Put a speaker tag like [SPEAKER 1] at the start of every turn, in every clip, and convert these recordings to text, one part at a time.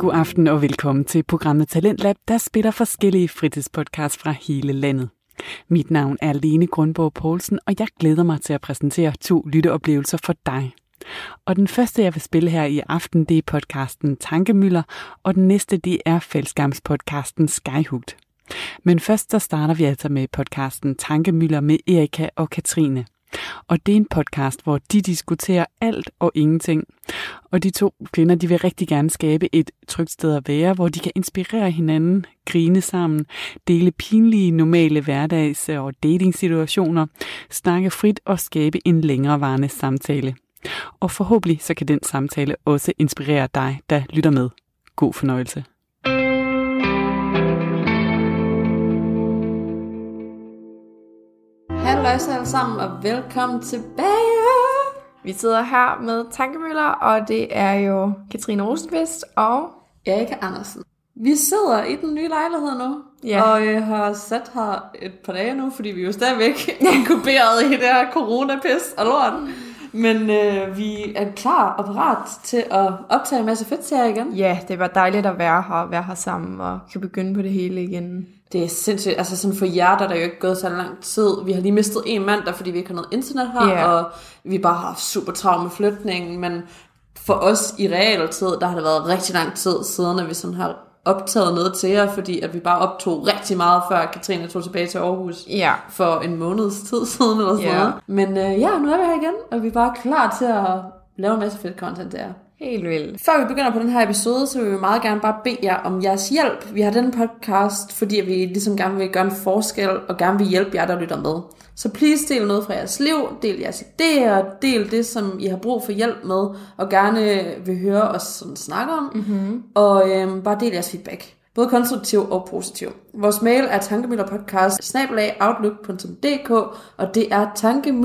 [SPEAKER 1] God aften og velkommen til programmet Talentlab, der spiller forskellige fritidspodcasts fra hele landet. Mit navn er Lene Grundborg Poulsen, og jeg glæder mig til at præsentere 2 lytteoplevelser for dig. Og den første, jeg vil spille her i aften, det er podcasten Tankemøller, og den næste, det er fællesskabspodcasten Skyhugt. Men først så starter vi altså med podcasten Tankemøller med Erika og Katrine. Og det er en podcast, hvor de diskuterer alt og ingenting. Og de 2 kvinder, de vil rigtig gerne skabe et trygt sted at være, hvor de kan inspirere hinanden, grine sammen, dele pinlige, normale hverdags- og datingsituationer, snakke frit og skabe en længerevarende samtale. Og forhåbentlig så kan den samtale også inspirere dig, der lytter med. God fornøjelse.
[SPEAKER 2] Halløjsa alle sammen, og velkommen tilbage.
[SPEAKER 3] Vi sidder her med Tankemøller, og det er jo Katrine Rosenqvist og
[SPEAKER 2] Erika Andersen. Vi sidder i den nye lejlighed nu, og har sat her et par dage nu, fordi vi er jo stadigvæk inkuberet i det her coronapis og lort. Men vi er klar og parat til at optage en masse fedt her igen.
[SPEAKER 3] Ja, det var dejligt at være her sammen og kan begynde på det hele igen.
[SPEAKER 2] Det er sindssygt, altså sådan for jer, der er jo ikke gået så lang tid. Vi har lige mistet en mand, der fordi vi ikke har noget internet her, og vi bare har super travlt med flytningen. Men for os i realtid, der har det været rigtig lang tid siden, at vi sådan har optaget noget til jer, fordi at vi bare optog rigtig meget, før Katrine tog tilbage til Aarhus for en måneds tid siden eller sådan noget. Men nu er vi her igen, og vi er bare klar til at lave en masse fedt content der.
[SPEAKER 3] Helt vildt.
[SPEAKER 2] Før vi begynder på den her episode, så vil vi meget gerne bare bede jer om jeres hjælp. Vi har denne podcast, fordi vi ligesom gerne vil gøre en forskel, og gerne vil hjælpe jer, der lytter med. Så please del noget fra jeres liv, del jeres idéer, del det, som I har brug for hjælp med, og gerne vil høre os sådan snakke om. Mm-hmm. Og bare del jeres feedback. Både konstruktiv og positiv. Vores mail er tankemøllerpodcast@outlook.dk, og det er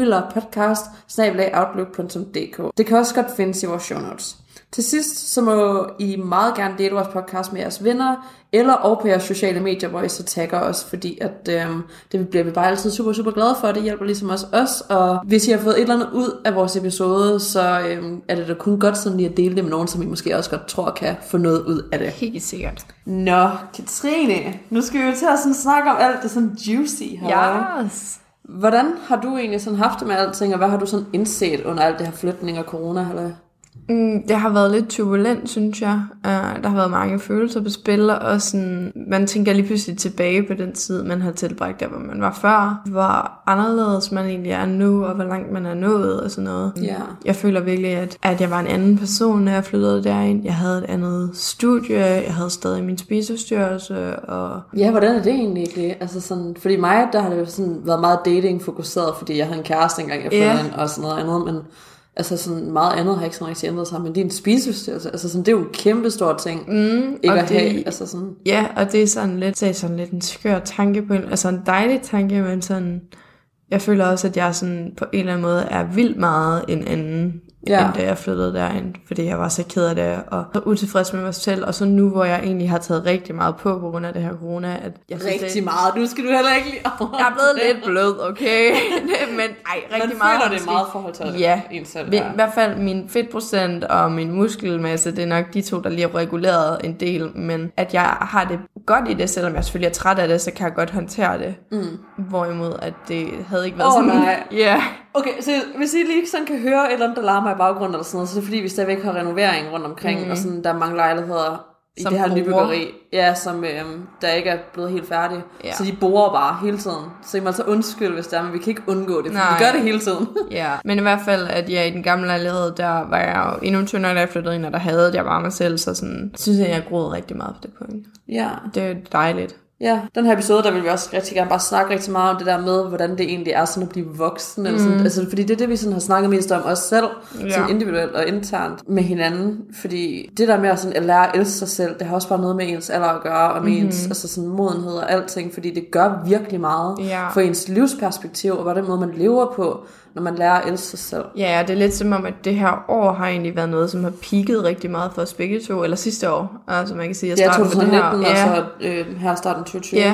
[SPEAKER 2] tankemøllerpodcast@outlook.dk. Det kan også godt findes i vores show notes. Til sidst, så må I meget gerne dele vores podcast med jeres venner, eller og på jeres sociale medier, hvor I så tagger os, fordi at, det bliver vi bare altid super, super glade for, det hjælper ligesom også os, og hvis I har fået et eller andet ud af vores episode, så er det da kun godt sådan lige at dele det med nogen, som I måske også godt tror kan få noget ud af det.
[SPEAKER 3] Helt sikkert.
[SPEAKER 2] Nå, Katrine, nu skal vi jo til at sådan snakke om alt det sådan juicy her.
[SPEAKER 3] Yes.
[SPEAKER 2] Hvordan har du egentlig sådan haft det med alting, og hvad har du sådan indset under alt det her flytning og corona, eller?
[SPEAKER 3] Det har været lidt turbulent, synes jeg. Der har været mange følelser på spil, og sådan, man tænker lige pludselig tilbage på den tid, man har tilbragt der, hvor man var før. Hvor anderledes man egentlig er nu, og hvor langt man er nået, og sådan noget.
[SPEAKER 2] Yeah.
[SPEAKER 3] Jeg føler virkelig, at jeg var en anden person, når jeg flyttede derind. Jeg havde et andet studie, jeg havde stadig min spiseforstyrrelse, og...
[SPEAKER 2] Ja, hvordan er det egentlig? Altså sådan, fordi mig, der har det jo sådan været meget dating-fokuseret, fordi jeg havde en kæreste engang, jeg flyttede ind, og sådan noget andet, men... Altså sådan meget andet har ikke sådan rigtig ændret sig, men det er en spiseforstyrrelse. Altså sådan, det er jo en kæmpe stor ting, ikke at have. Altså sådan.
[SPEAKER 3] Ja, og det er sådan lidt en skør tanke på altså en dejlig tanke, men sådan, jeg føler også, at jeg sådan på en eller anden måde er vildt meget en anden, end da jeg flyttede derind, fordi jeg var så ked af det, og så utilfreds med mig selv, og så nu, hvor jeg egentlig har taget rigtig meget på grund af det her corona, at jeg synes,
[SPEAKER 2] rigtig meget, du skal du heller ikke lide.
[SPEAKER 3] Jeg er blevet lidt blød, okay, men rigtig meget.
[SPEAKER 2] Man føler det meget forhold til en selv.
[SPEAKER 3] I hvert fald min fedtprocent og min muskelmasse, det er nok de 2, der lige har reguleret en del, men at jeg har det godt i det, selvom jeg selvfølgelig er træt af det, så kan jeg godt håndtere det. Hvorimod, at det havde ikke været sådan.
[SPEAKER 2] Nej.
[SPEAKER 3] Ja.
[SPEAKER 2] Okay, så hvis I lige sådan kan høre et eller andet, der larmer i baggrunden eller sådan noget, så er det fordi, vi stadigvæk har renovering rundt omkring, og sådan, der er mange lejligheder i
[SPEAKER 3] som
[SPEAKER 2] det her
[SPEAKER 3] borer.
[SPEAKER 2] nybyggeri, som der ikke er blevet helt færdige. Ja. Så de borer bare hele tiden. Så I må altså undskylde, hvis det er, men vi kan ikke undgå det, for vi gør det hele tiden.
[SPEAKER 3] Ja, men i hvert fald, at jeg i den gamle lejlighed, der var jeg jo endnu tyndere, da jeg flyttede ind, og der havde jeg bare mig selv, så sådan, synes jeg groede rigtig meget på det punkt.
[SPEAKER 2] Ja.
[SPEAKER 3] Det er dejligt.
[SPEAKER 2] Ja, den her episode, der vil vi også rigtig gerne bare snakke rigtig meget om det der med, hvordan det egentlig er sådan at blive voksen. Eller sådan. Altså, fordi det er det, vi sådan har snakket mest om os selv, sådan individuelt og internt med hinanden. Fordi det der med at, sådan, at lære at elske sig selv, det har også bare noget med ens alder at gøre, og med ens altså sådan, modenhed og alting. Fordi det gør virkelig meget for ens livsperspektiv, og hvordan måde man lever på, når man lærer at elske sig selv.
[SPEAKER 3] Ja, det er lidt som om, at det her år har egentlig været noget, som har peaket rigtig meget for os begge to, eller sidste år. Altså man kan sige, at jeg startede
[SPEAKER 2] 2019,
[SPEAKER 3] på det her.
[SPEAKER 2] Og så her starten 2020.
[SPEAKER 3] Ja,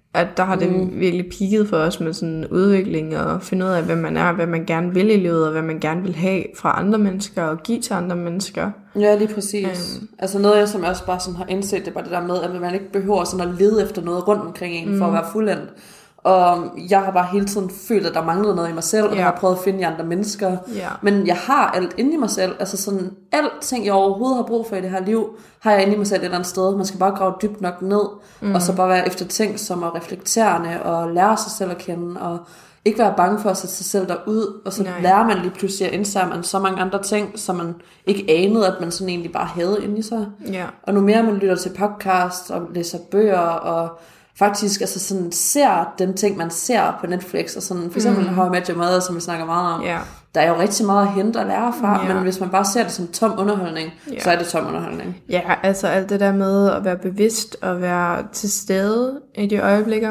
[SPEAKER 3] at der har det virkelig peaked for os med sådan udvikling og finde ud af, hvem man er, hvad man gerne vil i livet, og hvad man gerne vil have fra andre mennesker og give til andre mennesker.
[SPEAKER 2] Ja, lige præcis. Altså noget, som jeg også bare sådan har indset, det er bare det der med, at man ikke behøver sådan at lede efter noget rundt omkring en, for at være fuldendt. Og jeg har bare hele tiden følt, at der manglede noget i mig selv, og jeg har prøvet at finde i andre mennesker. Men jeg har alt inde i mig selv. Altså sådan, alting jeg overhovedet har brug for i det her liv, har jeg inde i mig selv et eller andet sted. Man skal bare grave dybt nok ned, og så bare være eftertænksom og reflekterende, og lære sig selv at kende, og ikke være bange for at sætte sig selv derud. Og så lærer man lige pludselig at indse, man så mange andre ting, som man ikke anede, at man sådan egentlig bare havde inde i sig. Og nu mere man lytter til podcast, og læser bøger, og faktisk altså sådan ser den ting, man ser på Netflix, og sådan, for eksempel How I Met Your Mother, som vi snakker meget om. Der er jo rigtig meget at hente og lære fra, men hvis man bare ser det som tom underholdning, så er det tom underholdning. Ja,
[SPEAKER 3] altså alt det der med at være bevidst og være til stede i de øjeblikke,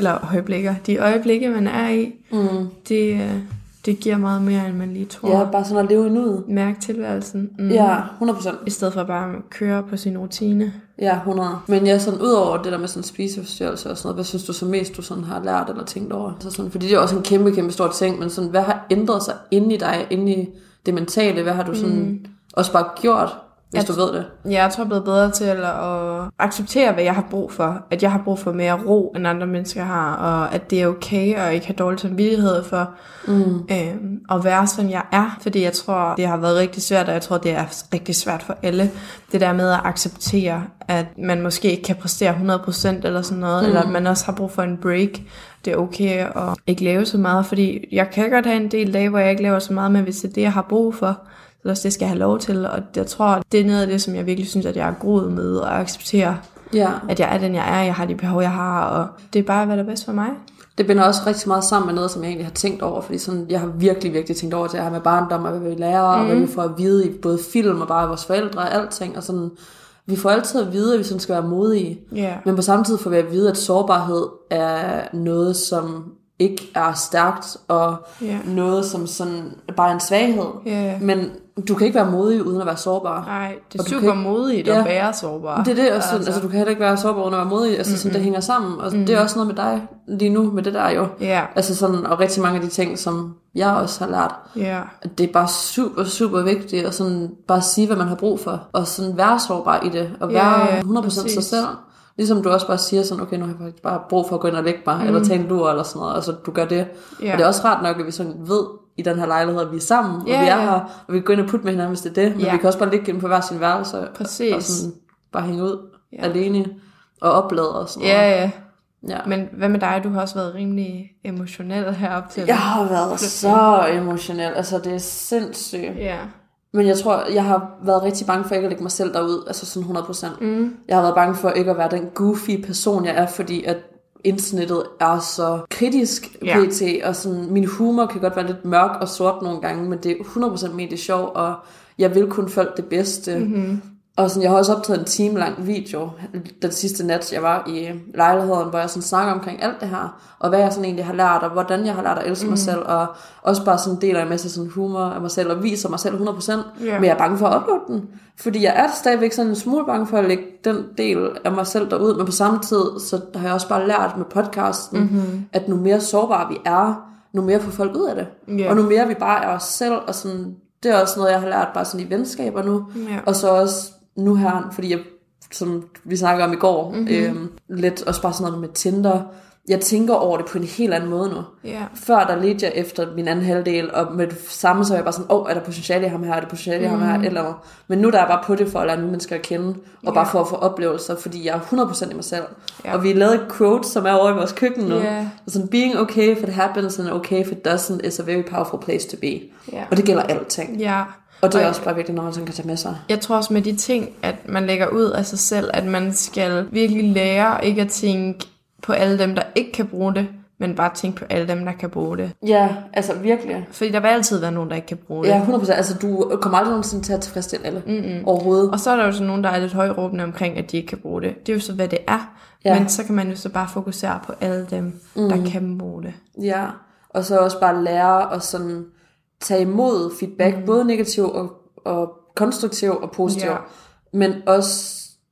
[SPEAKER 3] de øjeblikke, man er i, det giver meget mere, end man lige tror.
[SPEAKER 2] Ja, bare sådan at leve i nuet.
[SPEAKER 3] Mærke tilværelsen.
[SPEAKER 2] Ja, 100%.
[SPEAKER 3] I stedet for bare at køre på sin rutine.
[SPEAKER 2] Ja, 100. Men ja, sådan udover det der med sådan spiseforstyrrelse og sådan noget, hvad synes du så mest, du sådan har lært eller tænkt over? Så sådan, fordi det er også en kæmpe, kæmpe stor ting, men sådan, hvad har ændret sig inde i dig, inde i det mentale? Hvad har du sådan også bare gjort, hvis du ved det?
[SPEAKER 3] Ja, jeg tror, jeg er blevet bedre til at acceptere, hvad jeg har brug for. At jeg har brug for mere ro, end andre mennesker har, og at det er okay at ikke have dårlig samvittighed for at være, som jeg er. Fordi jeg tror, det har været rigtig svært, og jeg tror, det er rigtig svært for alle. Det der med at acceptere, at man måske ikke kan præstere 100% eller sådan noget, eller at man også har brug for en break. Det er okay at ikke lave så meget, fordi jeg kan godt have en del dage, hvor jeg ikke laver så meget, men hvis det er det, jeg har brug for, så det skal jeg have lov til, og jeg tror, det er noget af det, som jeg virkelig synes, at jeg er groet med, at acceptere, at jeg er den, jeg er, jeg har de behov, jeg har, og det er bare, hvad der er bedst for mig.
[SPEAKER 2] Det binder også rigtig meget sammen med noget, som jeg egentlig har tænkt over, fordi sådan, jeg har virkelig, virkelig tænkt over det her med barndom, og hvad vi lærer, og hvad vi får at vide i både film og bare vores forældre og alting, og sådan, vi får altid at vide, at vi sådan skal være modige, men på samme tid får vi at vide, at sårbarhed er noget, som ikke er stærkt, og noget, som sådan bare er en svaghed. Men du kan ikke være modig uden at være sårbar.
[SPEAKER 3] Nej, det er super modigt at være sårbar.
[SPEAKER 2] Det er det også. Altså, du kan heller ikke være sårbar uden at være modig. Altså, sådan, det hænger sammen. Og det er også noget med dig lige nu, med det der jo. Altså sådan, og rigtig mange af de ting, som jeg også har lært. Det er bare super, super vigtigt at sådan bare sige, hvad man har brug for. Og sådan være sårbar i det. Og være 100% sig selv. Ligesom du også bare siger sådan, okay, nu har jeg faktisk bare brug for at gå ind og lægge mig, eller tage en lur, eller sådan noget, altså du gør det. Og det er også rart nok, at vi sådan ved i den her lejlighed, at vi er sammen, og vi er her, og vi kan gå ind og putte med hinanden, hvis det er det. Men vi kan også bare ligge inde på hver sin værelse, og sådan bare hænge ud alene, og oplade og sådan noget.
[SPEAKER 3] Ja. Men hvad med dig? Du har også været rimelig emotionel herop til.
[SPEAKER 2] Jeg har været så emotionel, altså det er sindssygt. Men jeg tror, jeg har været rigtig bange for ikke at lægge mig selv derud, altså sådan 100%. Jeg har været bange for ikke at være den goofy person, jeg er, fordi at internettet er så kritisk pt. Og sådan, min humor kan godt være lidt mørk og sort nogle gange, men det er 100% ment sjov, og jeg vil kun folk det bedste. Og sådan, jeg har også optaget en time lang video den sidste nat, jeg var i lejligheden, hvor jeg sådan snakker omkring alt det her, og hvad jeg sådan egentlig har lært, og hvordan jeg har lært at elske mig selv, og også bare sådan deler en masse sådan humor af mig selv, og viser mig selv 100%, men jeg er bange for at uploade den, fordi jeg er stadigvæk sådan en smule bange for at lægge den del af mig selv derud, men på samme tid, så har jeg også bare lært med podcasten, at nu mere sårbare vi er, nu mere får folk ud af det, og nu mere vi bare er os selv, og sådan, det er også noget, jeg har lært bare sådan i venskaber nu, og så også nu her, fordi jeg, som vi snakkede om i går, lidt også bare sådan noget med Tinder, jeg tænker over det på en helt anden måde nu. Før der ledte jeg efter min anden halvdel, og med det samme så var jeg bare sådan, er der potentiale i ham her, er der potentiale i ham her, eller noget. Men nu der er jeg bare på det for at lære nye mennesker at kende, og bare for at få oplevelser, fordi jeg er 100% i mig selv. Og vi lavede et quote, som er over i vores køkken nu. Sådan, being okay if it happens, and okay if it doesn't, is a very powerful place to be. Og det gælder alting. Og det er også bare virkelig noget, man sådan kan tage med sig.
[SPEAKER 3] Jeg tror også med de ting, at man lægger ud af sig selv, at man skal virkelig lære ikke at tænke på alle dem, der ikke kan bruge det, men bare tænke på alle dem, der kan bruge det.
[SPEAKER 2] Ja, altså virkelig.
[SPEAKER 3] Fordi der vil altid være nogen, der ikke kan bruge det.
[SPEAKER 2] Ja, 100%. Altså du kommer aldrig nogensinde til at tilfredsstille alle overhovedet.
[SPEAKER 3] Og så er der jo så nogen, der er lidt højråbende omkring, at de ikke kan bruge det. Det er jo så, hvad det er. Men så kan man jo så bare fokusere på alle dem, der kan bruge det.
[SPEAKER 2] Ja, og så også bare lære at sådan tage imod feedback, både negativ og konstruktiv og positiv, men også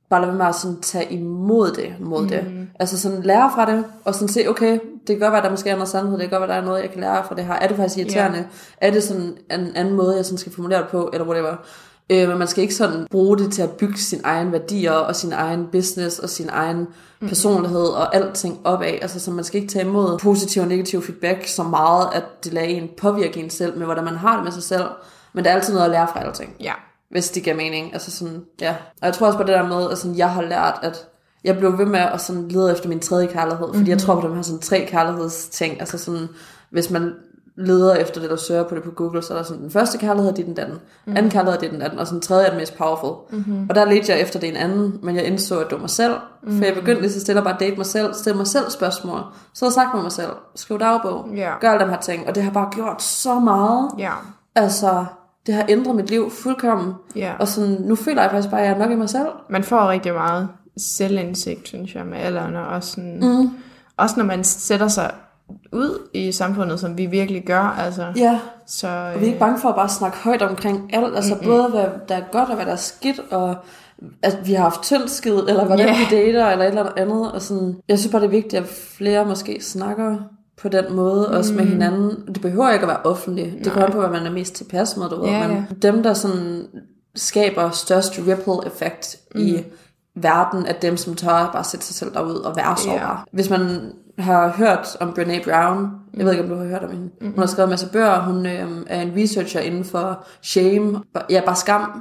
[SPEAKER 2] bare lade være med at sådan tage imod det. Altså sådan lære fra det, og sådan se, okay, det kan godt være, der måske er noget sandhed, det kan godt være, der er noget, jeg kan lære fra det her. Er det faktisk irriterende? Er det sådan en anden måde, jeg sådan skal formulere det på, eller whatever. Men man skal ikke sådan bruge det til at bygge sin egen værdier, og sin egen business, og sin egen personlighed, og alting opad. Altså så man skal ikke tage imod positiv og negativ feedback så meget, at det lader en påvirke en selv, med hvordan man har det med sig selv. Men der er altid noget at lære fra alting.
[SPEAKER 3] Ja.
[SPEAKER 2] Hvis det giver mening. Altså sådan, ja. Og jeg tror også på det der med, at sådan, jeg har lært, at jeg blev ved med at sådan lede efter min tredje kærlighed. Fordi jeg tror på, at man har sådan 3 kærlighedsting. Altså sådan, hvis man leder efter det, der søger på det på Google, så er der sådan, den første kærlighed, det er den anden. Anden kærlighed, det er den anden. Og sådan tredje er den mest powerful. Og der ledte jeg efter det en anden, men jeg indså, at det var mig selv. For jeg begyndte lige så stille bare at date mig selv, stille mig selv spørgsmål. Så jeg sagt med mig selv, skriv dagbog, gør alle de her ting. Og det har bare gjort så meget. Altså, det har ændret mit liv fuldkommen. Og sådan, nu føler jeg faktisk bare, at jeg er nok i mig selv.
[SPEAKER 3] Man får rigtig meget selvindsigt, synes jeg, med alderen. Og også, sådan, også når man sætter sig ud i samfundet, som vi virkelig gør. Altså, så,
[SPEAKER 2] og vi er ikke bange for at bare snakke højt omkring alt. Altså både hvad der er godt og hvad der er skidt, og at vi har haft tyndskid, eller hvordan vi dater, eller et eller andet. Og sådan, jeg synes bare, det er vigtigt, at flere måske snakker på den måde, også med hinanden. Det behøver ikke at være offentligt. Det kommer an på, hvad man er mest tilpas med, du ved. Men dem, der sådan skaber størst ripple effekt i verden, er dem, som tør bare sætte sig selv derud og være sårbar. Hvis man har hørt om Brené Brown, jeg ved ikke, om du har hørt om hende. Hun har skrevet en masse bøger. Hun er en researcher inden for shame. Ja, bare skam.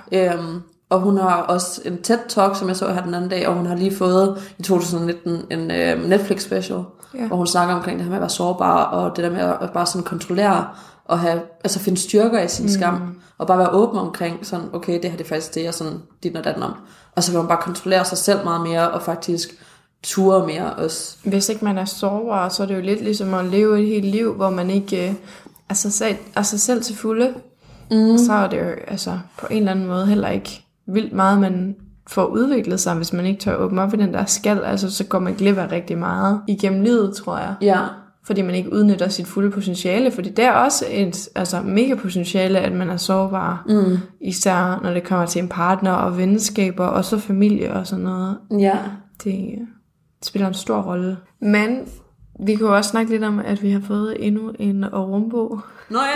[SPEAKER 2] Og hun har også en TED-talk, som jeg så her den anden dag, og hun har lige fået i 2019 en Netflix special, hvor hun snakker omkring det her med at være sårbar, og det der med at bare sådan kontrollere, og have, altså finde styrker i sin skam, og bare være åben omkring sådan, okay, det her det er faktisk det, jeg sådan dit og datten om. Og så vil man bare kontrollere sig selv meget mere, og faktisk ture mere også.
[SPEAKER 3] Hvis ikke man er sårbar, så er det jo lidt ligesom at leve et helt liv, hvor man ikke er sig selv til fulde. Så er det jo altså på en eller anden måde heller ikke vildt meget, man får udviklet sig, hvis man ikke tør åbne op i den der skal. Altså så går man glip af rigtig meget igennem livet, tror jeg. Fordi man ikke udnytter sit fulde potentiale, fordi det er også et mega potentiale, at man er sårbar, især når det kommer til en partner og venskaber, og så familie og sådan noget. Det spiller en stor rolle. Men vi kunne også snakke lidt om, at vi har fået endnu en Orumbo.
[SPEAKER 2] Nå ja.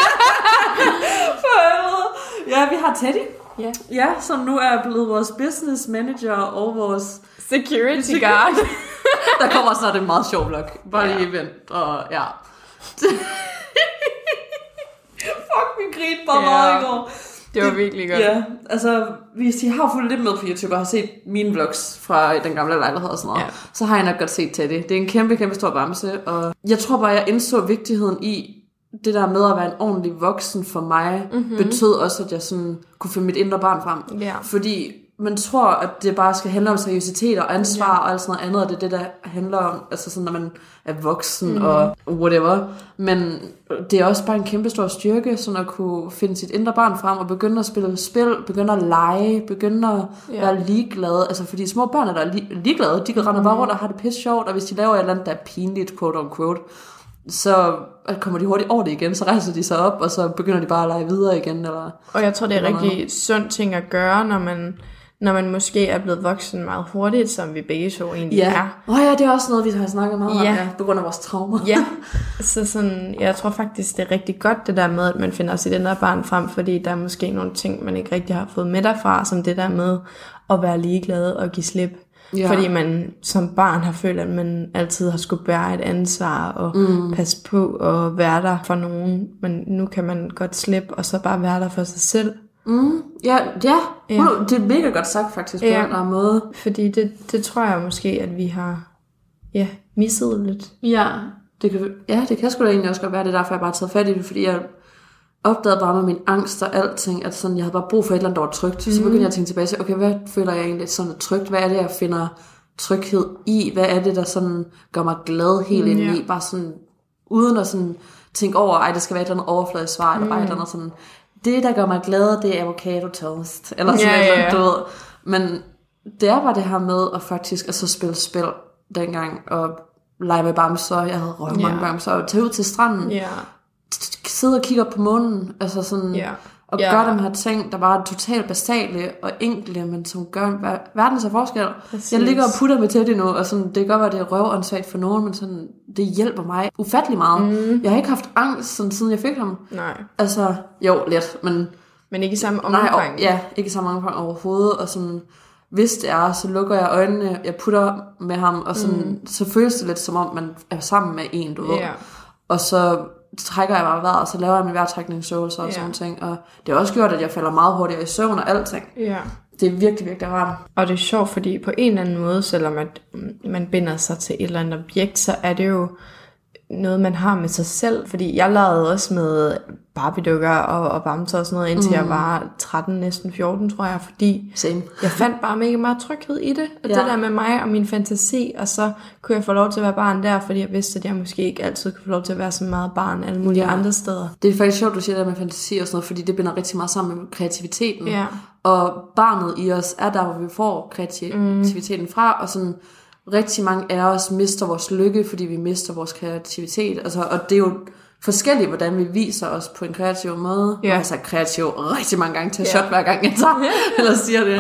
[SPEAKER 2] Ja, vi har Teddy. Ja, som nu er blevet vores business manager og vores
[SPEAKER 3] security guard.
[SPEAKER 2] Der kommer snart en meget sjov vlog. Bare lige vent, og Fuck, vi grinede bare meget i går.
[SPEAKER 3] Det var virkelig godt.
[SPEAKER 2] Ja, altså, hvis I har fulgt lidt med på YouTube og har set mine vlogs fra den gamle lejlighed og sådan noget, så har jeg nok godt set Teddy. Det er en kæmpe, kæmpe stor bamse, og jeg tror bare, jeg indså vigtigheden i det der med at være en ordentlig voksen for mig, betød også, at jeg sådan kunne finde mit indre barn frem. Fordi man tror, at det bare skal handle om seriøsitet og ansvar og alt sådan noget andet, og det er det, der handler om, altså sådan, når man er voksen og whatever. Men det er også bare en kæmpe stor styrke, sådan at kunne finde sit indre barn frem og begynde at spille spil, begynde at lege, begynde at være ligeglade. Altså fordi små børn, der er ligeglade, de kan rende bare rundt og har det pisse sjovt, og hvis de laver et eller andet, der er pinligt, quote on quote, så kommer de hurtigt over det igen, så rejser de sig op, og så begynder de bare at lege videre igen. Eller,
[SPEAKER 3] og jeg tror, det er rigtig sund ting at gøre, når man måske er blevet voksen meget hurtigt, som vi begge så egentlig er.
[SPEAKER 2] Ja, det er også noget, vi har snakket meget om, på grund af vores traumer.
[SPEAKER 3] Så sådan, jeg tror faktisk, det er rigtig godt det der med, at man finder sit indre barn frem, fordi der er måske nogle ting, man ikke rigtig har fået med derfra, som det der med at være ligeglad og give slip. Fordi man som barn har følt, at man altid har skulle bære et ansvar og passe på og være der for nogen. Men nu kan man godt slippe og så bare være der for sig selv.
[SPEAKER 2] Ja. Det er mega godt sagt faktisk på en eller anden måde.
[SPEAKER 3] Fordi det tror jeg måske, at vi har misset lidt.
[SPEAKER 2] Det kan sgu da egentlig også godt være, det derfor jeg bare har taget fat i det, fordi jeg opdagede bare med min angst og alting, at sådan, jeg havde bare brug for et eller andet, der var trygt. Så begyndte jeg at tænke tilbage, okay, hvad føler jeg egentlig sådan trygt? Hvad er det, jeg finder tryghed i? Hvad er det, der sådan gør mig glad helt indeni? Bare sådan, uden at sådan tænke over, det skal være et eller andet overfladisk svar, eller bare et eller andet sådan, det, der gør mig glad, det er avocado toast, eller sådan noget, du ved. Men det er bare det her med at faktisk spille spil dengang, og lege med bamser, jeg havde røget mange bamser, og tage ud til stranden, sidde og kigge op på månen, altså sådan, og gør de her ting, der bare er totalt basale og enkle, men som gør verdens af forskel. Præcis. Jeg ligger og putter med til det nu, og sådan, det kan godt være, det er røvansvagt for nogen, men sådan, det hjælper mig ufattelig meget. Jeg har ikke haft angst, sådan, siden jeg fik ham.
[SPEAKER 3] Nej.
[SPEAKER 2] Altså, jo, let,
[SPEAKER 3] men ikke i samme omfang.
[SPEAKER 2] Ja, ikke i samme omfang overhovedet, og sådan, hvis det er, så lukker jeg øjnene, jeg putter med ham, og sådan, så føles det lidt som om, man er sammen med en, du ved. Og så trækker jeg bare vejret, og så laver jeg min vejrtrækningsøvelser og sådan ting. Og det har også gjort, at jeg falder meget hurtigere i søvn og alting. Ja. Det er virkelig, virkelig rart.
[SPEAKER 3] Og det er sjovt, fordi på en eller anden måde, selvom at man binder sig til et eller andet objekt, så er det jo noget, man har med sig selv. Fordi jeg lavede også med Barbie-dukker og bamser og sådan noget, indtil jeg var 13, næsten 14, tror jeg. Fordi jeg fandt bare mega meget tryghed i det. Og det der med mig og min fantasi. Og så kunne jeg få lov til at være barn der, fordi jeg vidste, at jeg måske ikke altid kunne få lov til at være så meget barn alle mulige andre steder.
[SPEAKER 2] Det er faktisk sjovt, du siger det med fantasi og sådan noget, fordi det binder rigtig meget sammen med kreativiteten. Ja. Og barnet i os er der, hvor vi får kreativiteten fra, og sådan rigtig mange af os mister vores lykke, fordi vi mister vores kreativitet. Altså, og det er jo forskelligt, hvordan vi viser os på en kreativ måde. Jeg har sagt kreativ rigtig mange gange til at shot hver gang jeg tager, eller siger det.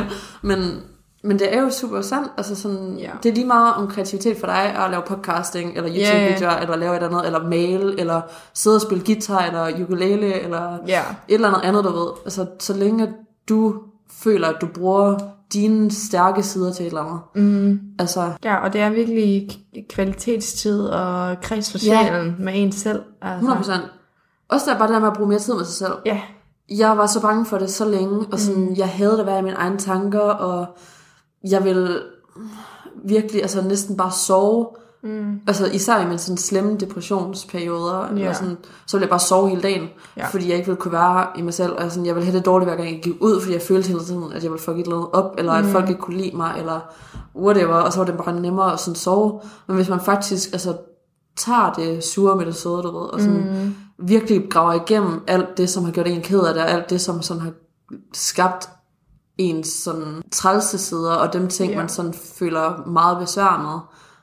[SPEAKER 2] Men det er jo super sandt. Altså sådan, det er lige meget om kreativitet for dig at lave podcasting, eller YouTube-videoer, eller lave et eller andet, eller mail, eller sidde og spille guitar, eller ukulele, eller et eller andet, du ved. Altså, så længe du føler, at du bruger dine stærke sider til et eller andet. Altså.
[SPEAKER 3] Ja, og det er virkelig kvalitetstid og kreds for sjælen med en selv. Altså.
[SPEAKER 2] 100%. Også der bare det der med at bruge mere tid med sig selv. Ja. Jeg var så bange for det så længe, og sådan, jeg havde det være i mine egne tanker, og jeg ville virkelig altså næsten bare sove. Altså især i mine sådan slemme depressionsperioder, eller sådan, så ville jeg bare sove hele dagen, fordi jeg ikke ville kunne være i mig selv, og sådan, jeg ville have det dårligt hver gang jeg gik ud, fordi jeg følte hele tiden, at jeg ville fuck et eller andet op, eller at folk ikke kunne lide mig, eller whatever, og så var det bare nemmere at sådan sove. Men hvis man faktisk altså tager det sure med det søde, du ved, og sådan virkelig graver igennem alt det, som har gjort en ked af det, og alt det, som sådan har skabt ens sådan trælse sider, og dem ting, man sådan føler meget besvær med,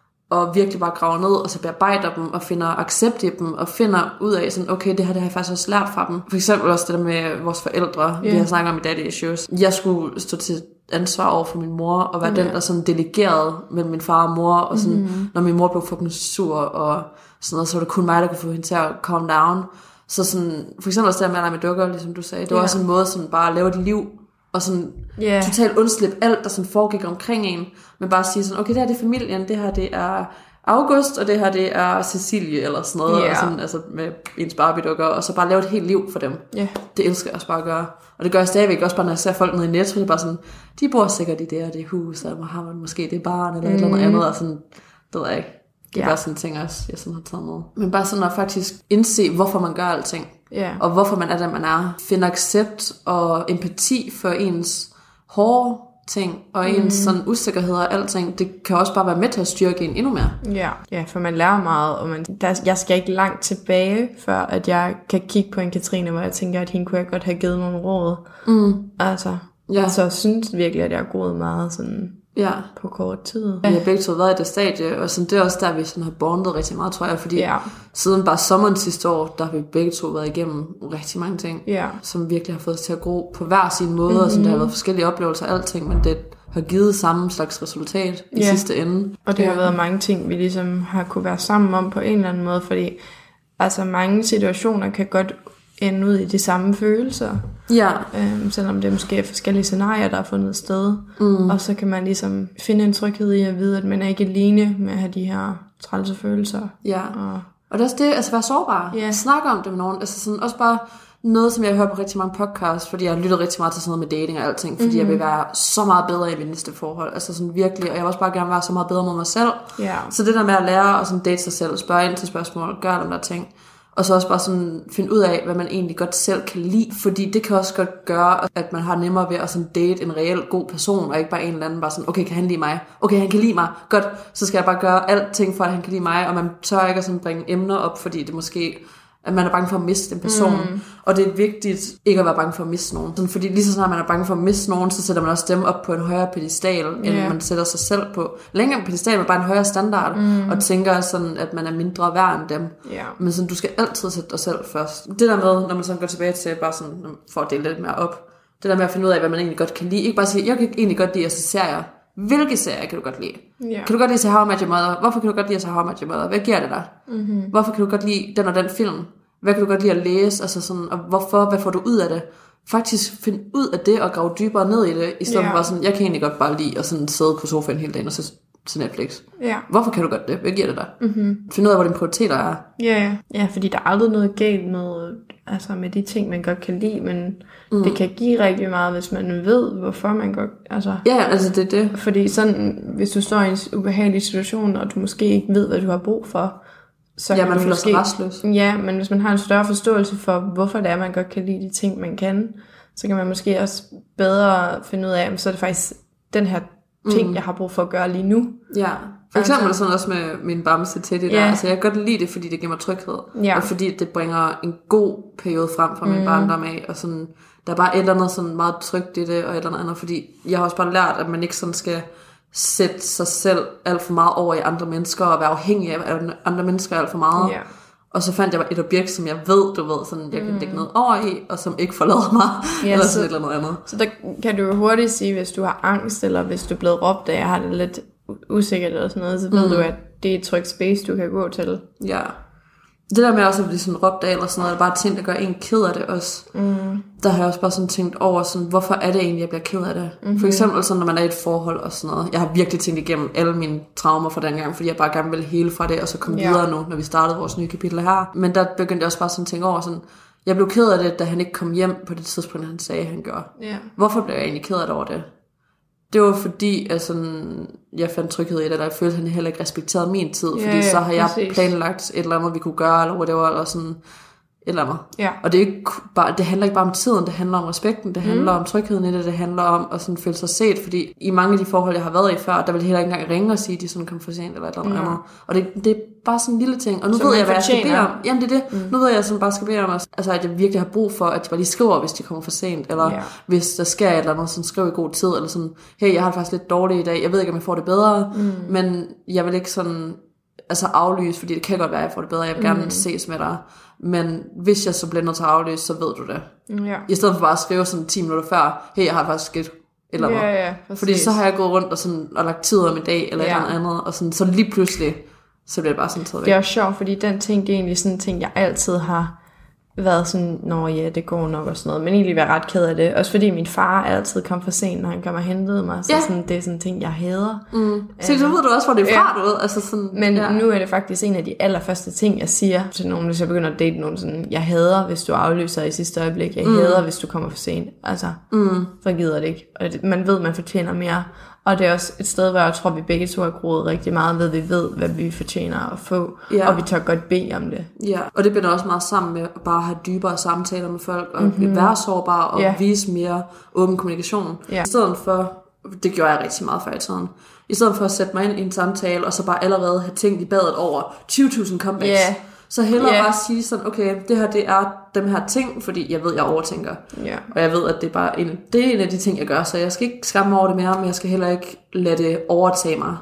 [SPEAKER 2] og virkelig bare graver ned, og så bearbejder dem, og finder accept i dem, og finder ud af sådan, okay, det har jeg faktisk også lært fra dem. For eksempel også det der med vores forældre, vi har snakket om i daddy issues. Jeg skulle stå til ansvar over for min mor, og være den, der sådan delegerede mellem min far og mor, og sådan, når min mor blev fucking sur, og sådan noget, så var det kun mig, der kunne få hende til at calm down. Så sådan, for eksempel også det der med at lege med dukker, ligesom du sagde, det var også en måde sådan bare at lave et liv, og sådan totalt undslippe alt, der sådan foregik omkring en, men bare sige sådan, okay, det her det er familien, det her det er August, og det her det er Cecilie, eller sådan noget, og sådan, altså med ens Barbie-dukker, og så bare lave et helt liv for dem. Det elsker jeg også bare at gøre. Og det gør jeg stadigvæk også bare, når jeg ser folk nede i Netto, det er bare sådan, de bor sikkert i det og det hus, og har man måske det barn, eller et eller andet, og sådan, det ved jeg ikke. Det er bare sådan en ting også, jeg sådan har taget med. Men bare sådan at faktisk indse, hvorfor man gør alting. Og hvorfor man er den, man er. Finde accept og empati for ens hårde ting, og ens sådan usikkerheder og alting. Det kan også bare være med til at styrke en endnu mere.
[SPEAKER 3] Ja, for man lærer meget, og jeg skal ikke langt tilbage, før at jeg kan kigge på en Katrine, hvor jeg tænker, at hende kunne jeg godt have givet nogle råd. Altså, så jeg synes virkelig, at jeg har groet meget sådan på kort tid.
[SPEAKER 2] Vi har begge to været i det stadie, og sådan, det er også der, vi sådan har bondet rigtig meget, tror jeg, fordi siden bare sommeren sidste år, der har vi begge to været igennem rigtig mange ting, som virkelig har fået os til at gro på hver sin måde, og sådan, der har været forskellige oplevelser og alting, men det har givet samme slags resultat i sidste ende.
[SPEAKER 3] Og det har været mange ting, vi ligesom har kunne være sammen om på en eller anden måde, fordi altså mange situationer kan godt ende ud i de samme følelser. Selvom det måske er forskellige scenarier, der er fundet sted. Og så kan man ligesom finde en tryghed i at vide, at man er ikke alene med at have de her trælse følelser.
[SPEAKER 2] Og det er også det, altså være sårbar. Snakke om det med nogen. Altså sådan også bare noget, som jeg hører på rigtig mange podcasts, fordi jeg har lyttet rigtig meget til sådan noget med dating og alting, fordi jeg vil være så meget bedre i mit næste forhold. Altså sådan virkelig, og jeg vil også bare gerne være så meget bedre mod mig selv. Så det der med at lære at sådan date sig selv, spørge ind til spørgsmål, gøre dem der ting. Og så også bare sådan finde ud af, hvad man egentlig godt selv kan lide. Fordi det kan også godt gøre, at man har nemmere ved at sådan date en reelt god person, og ikke bare en eller anden bare sådan, okay, kan han lide mig? Okay, han kan lide mig. Godt, så skal jeg bare gøre alting for, at han kan lide mig. Og man tør ikke at sådan bringe emner op, fordi det måske at man er bange for at miste en person. Og det er vigtigt ikke at være bange for at miste nogen. Sådan, fordi lige så snart man er bange for at miste nogen, så sætter man også dem op på en højere pedestal, end man sætter sig selv på. Længere pedestal er bare en højere standard, og tænker sådan, at man er mindre værd end dem. Men sådan, du skal altid sætte dig selv først. Det der med, når man sådan går tilbage til, bare sådan, for at dele lidt mere op, det der med at finde ud af, hvad man egentlig godt kan lide. Ikke bare sige, jeg kan egentlig godt lide at se serier. Hvilke serier kan du godt lide? Kan du godt lide at se How I Met Your Mother? Hvorfor kan du godt lide at se How I Met Your Mother? Hvad giver det dig? Hvorfor kan du godt lide den og den film? Hvad kan du godt lide at læse? Altså sådan, og hvorfor? Hvad får du ud af det? Faktisk finde ud af det og grave dybere ned i det, i stedet for sådan, jeg kan egentlig godt bare lide at sådan sidde på sofaen hele dagen og se Netflix. Hvorfor kan du godt det? Hvad giver det dig? Finde ud af, hvor dine prioriteter er.
[SPEAKER 3] Ja, fordi der er aldrig noget galt med de ting, man godt kan lide, men det kan give rigtig meget, hvis man ved, hvorfor man godt... Altså,
[SPEAKER 2] det er det.
[SPEAKER 3] Fordi sådan, hvis du står i en ubehagelig situation, og du måske ikke ved, hvad du har brug for, så
[SPEAKER 2] man føler sig restløs.
[SPEAKER 3] Ja, men hvis man har en større forståelse for, hvorfor det er, man godt kan lide de ting, man kan, så kan man måske også bedre finde ud af, så er det faktisk den her ting, jeg har brug for at gøre lige nu.
[SPEAKER 2] Ja, for eksempel sådan også med min bamse til det der. Altså jeg kan godt lide det, fordi det giver mig tryghed. Og fordi det bringer en god periode frem fra min barndom af. Og sådan, der er bare et eller andet sådan meget trygt i det, og et eller andet. Fordi jeg har også bare lært, at man ikke sådan skal sætte sig selv alt for meget over i andre mennesker, og være afhængig af andre mennesker alt for meget. Og så fandt jeg et objekt, som jeg ved, sådan, jeg kan lægge noget over i, og som ikke forlader mig, eller sådan et eller andet.
[SPEAKER 3] Så der kan du jo hurtigt sige, hvis du har angst, eller hvis du er blevet råbt af, jeg har det lidt usikkert eller sådan noget, så ved du, at det er et trygt space, du kan gå til.
[SPEAKER 2] Ja. Det der med også at blive sådan råbt af, eller sådan noget, er bare ting, der gør en ked af det også. Der har jeg også bare sådan tænkt over, sådan, hvorfor er det egentlig, jeg bliver ked af det? For eksempel sådan, når man er i et forhold og sådan noget. Jeg har virkelig tænkt igennem alle mine traumer fra den gang, fordi jeg bare gerne ville hele fra det, og så komme videre nu, når vi startede vores nye kapitel her. Men der begyndte jeg også bare sådan at tænke over, sådan, jeg blev ked af det, da han ikke kom hjem på det tidspunkt, han sagde, han gjorde. Hvorfor blev jeg egentlig ked af det over det? Det var fordi, at sådan, jeg fandt tryghed i det, og jeg følte, at han heller ikke respekterede min tid, fordi så har jeg planlagt et eller andet, vi kunne gøre, eller whatever, eller sådan et eller andet. Og det, er ikke bare, det handler ikke bare om tiden, det handler om respekten, det handler om trygheden i det, det handler om at sådan føle sig set, fordi i mange af de forhold, jeg har været i før, der ville heller ikke engang ringe og sige, at de sådan kom for sent, eller et eller andet. Og det er bare sådan en lille ting, og nu ved jeg, hvad jeg skal bede om. Jamen det er det. Nu ved jeg, sådan bare skal bede om, altså, at jeg virkelig har brug for, at de bare lige skriver, hvis de kommer for sent, eller hvis der sker et eller andet, sådan skriv i god tid, eller sådan, hey, jeg har det faktisk lidt dårligt i dag, jeg ved ikke, om jeg får det bedre, men jeg vil ikke sådan, altså aflyse, fordi det kan godt være, at jeg får det bedre, jeg vil gerne ses med dig, men hvis jeg så bliver nødt til at aflyse, så ved du det. I stedet for bare at skrive sådan 10 minutter før, hey, jeg har faktisk et eller andet. Fordi så har jeg gået rundt og lagt tid om en dag, eller et eller andet, og sådan, så lige pludselig, så bliver det bare sådan taget væk.
[SPEAKER 3] Det er også sjovt, fordi den ting, det er egentlig sådan en ting, jeg altid har været sådan, det går nok og sådan noget, men egentlig været ret ked af det. Også fordi min far altid kom for sent, når han kom og hentede mig, så sådan, det er sådan en ting, jeg hader.
[SPEAKER 2] Så ved du også, hvor det er fra, du ved. Altså sådan,
[SPEAKER 3] men nu er det faktisk en af de allerførste ting, jeg siger til nogen, hvis jeg begynder at date nogen, sådan, jeg hader, hvis du aflyser i sidste øjeblik, jeg hader, hvis du kommer for sent. Altså, så gider det ikke. Og man ved, man fortjener mere. Og det er også et sted, hvor jeg tror, vi begge to har groet rigtig meget ved, vi ved, hvad vi fortjener at få, og vi tør godt bede om det.
[SPEAKER 2] Ja, og det binder også meget sammen med at bare have dybere samtaler med folk, og være sårbar, og vise mere åben kommunikation. I stedet for, det gjorde jeg rigtig meget før i tiden, i stedet for at sætte mig ind i en samtale, og så bare allerede have tænkt i badet over 20.000 comebacks. Så hellere bare sige sådan, okay, det her, det er dem her ting, fordi jeg ved, jeg overtænker. Og jeg ved, at det er bare det er en af de ting, jeg gør, så jeg skal ikke skamme mig over det mere, men jeg skal heller ikke lade det overtage mig.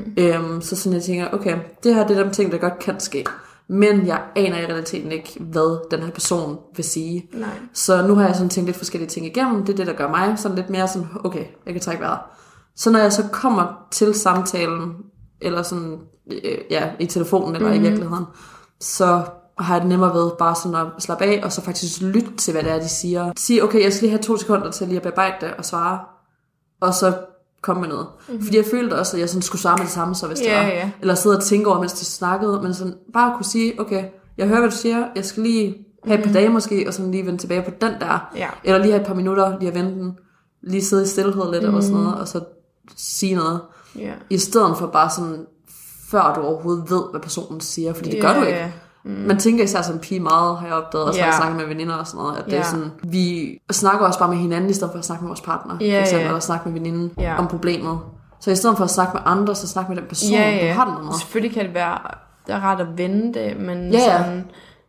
[SPEAKER 2] Så sådan jeg tænker, okay, det her, det er dem ting, der godt kan ske. Men jeg aner i realiteten ikke, hvad den her person vil sige. Så nu har jeg sådan tænkt lidt forskellige ting igennem. Det er det, der gør mig sådan lidt mere sådan, okay, jeg kan trække vejret. Så når jeg så kommer til samtalen, eller sådan, i telefonen, eller i virkeligheden, så har jeg det nemmere ved bare sådan at slappe af, og så faktisk lytte til, hvad det er, de siger. Sige, okay, jeg skal lige have 2 sekunder til lige at bearbejde det og svare, og så komme med noget. Fordi jeg følte også, at jeg sådan skulle svare med det samme, så hvis det var. Eller sidde og tænke over, mens de snakkede, men sådan bare kunne sige, okay, jeg hører, hvad du siger, jeg skal lige have et par dage måske, og sådan lige vende tilbage på den der. Eller lige have et par minutter, lige at vente den, lige sidde i stillhed lidt, og sådan noget, og så sige noget. I stedet for bare sådan, før du overhovedet ved, hvad personen siger, fordi det gør du ikke. Man tænker især som pige meget, har jeg opdaget, også når jeg snakker med veninder og sådan noget, at det er sådan, vi snakker også bare med hinanden, i stedet for at snakke med vores partner, for eksempel, eller snakke med veninden om problemet. Så i stedet for at snakke med andre, så snakke med den person, du har den med.
[SPEAKER 3] Selvfølgelig kan det være, det er rart at vende det, men sådan,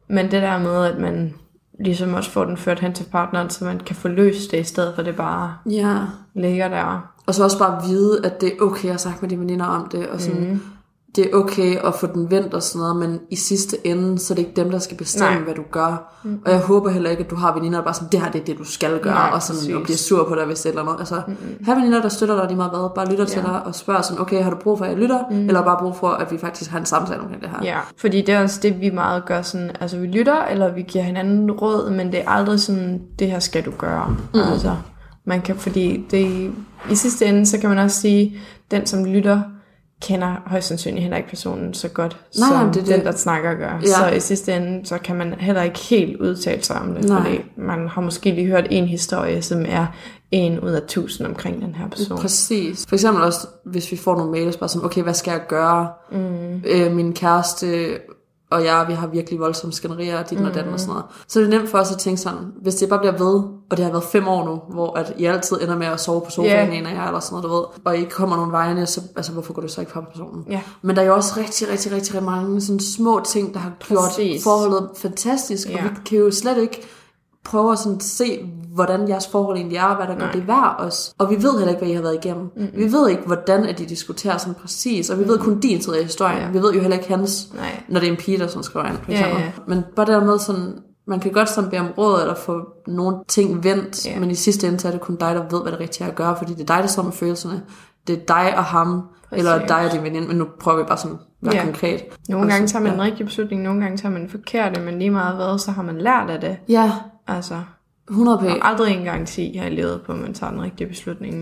[SPEAKER 3] Men det der med, at man ligesom også får den ført hen til partneren, så man kan få løst det, i stedet for det bare ligger der.
[SPEAKER 2] Og så også bare vide, at det er okay at snakke med dine veninder om det, og sådan, det er okay at få den vendt og sådan noget, men i sidste ende, så er det ikke dem, der skal bestemme, hvad du gør. Og jeg håber heller ikke, at du har veninder, der bare sådan, det her det er det, du skal gøre, og sådan, og bliver sur på dig, hvis det er eller noget. Altså, have veninder, der støtter dig lige meget hvad, bare lytter til dig, og spørger sådan, okay, har du brug for, at jeg lytter, eller bare brug for, at vi faktisk har en samtale omkring det her.
[SPEAKER 3] Ja, fordi det er også det, vi meget gør sådan, altså vi lytter, eller vi giver hinanden råd, men det er aldrig sådan, det her skal du gøre. Altså, man kan, fordi det, i sidste ende, så kan man også sige, den som lytter, kender højst sandsynligt heller ikke personen så godt, som den, der snakker gør. Ja. Så i sidste ende, så kan man heller ikke helt udtale sig om det, fordi man har måske lige hørt en historie, som er 1 ud af 1000 omkring den her person.
[SPEAKER 2] Præcis. For eksempel også, hvis vi får nogle mails, bare som, okay, hvad skal jeg gøre? Min kæreste og vi har virkelig voldsomme skænderier, dit og datten og sådan noget. Så det er nemt for os at tænke sådan, hvis det bare bliver ved, og det har været 5 år nu, hvor at I altid ender med at sove på sofaen, en af jer, eller sådan noget, du ved, og I kommer nogle vejene, så altså, hvorfor går du så ikke fra personen? Ja. Men der er jo også rigtig mange sådan små ting, der har gjort forholdet fantastisk, og vi kan jo slet ikke prøve at sådan se, hvordan jeres forhold egentlig er, og hvad der gør det værd os. Og vi ved heller ikke, hvad I har været igennem. Vi ved ikke, hvordan at de diskuterer sådan præcis, og vi ved kun din side af historien. Vi ved jo heller ikke hans, når det er en pige, der sådan skriver ind, for eksempel. Men bare dermed sådan, man kan godt sådan bede om råd, eller få nogle ting vendt, men i sidste ende, så er det kun dig, der ved, hvad det rigtige er at gøre, fordi det er dig, der står med følelserne. Det er dig og ham, eller dig og din veninde, men nu prøver vi bare sådan at være konkret.
[SPEAKER 3] Nogle gange tager man en rigtig beslutning, nogle gange tager man en forkert, men lige meget hvad, så har man lært af det.
[SPEAKER 2] Ja.
[SPEAKER 3] Altså,
[SPEAKER 2] 100%.
[SPEAKER 3] Og aldrig en garanti har jeg levet på, at man tager den rigtige beslutning,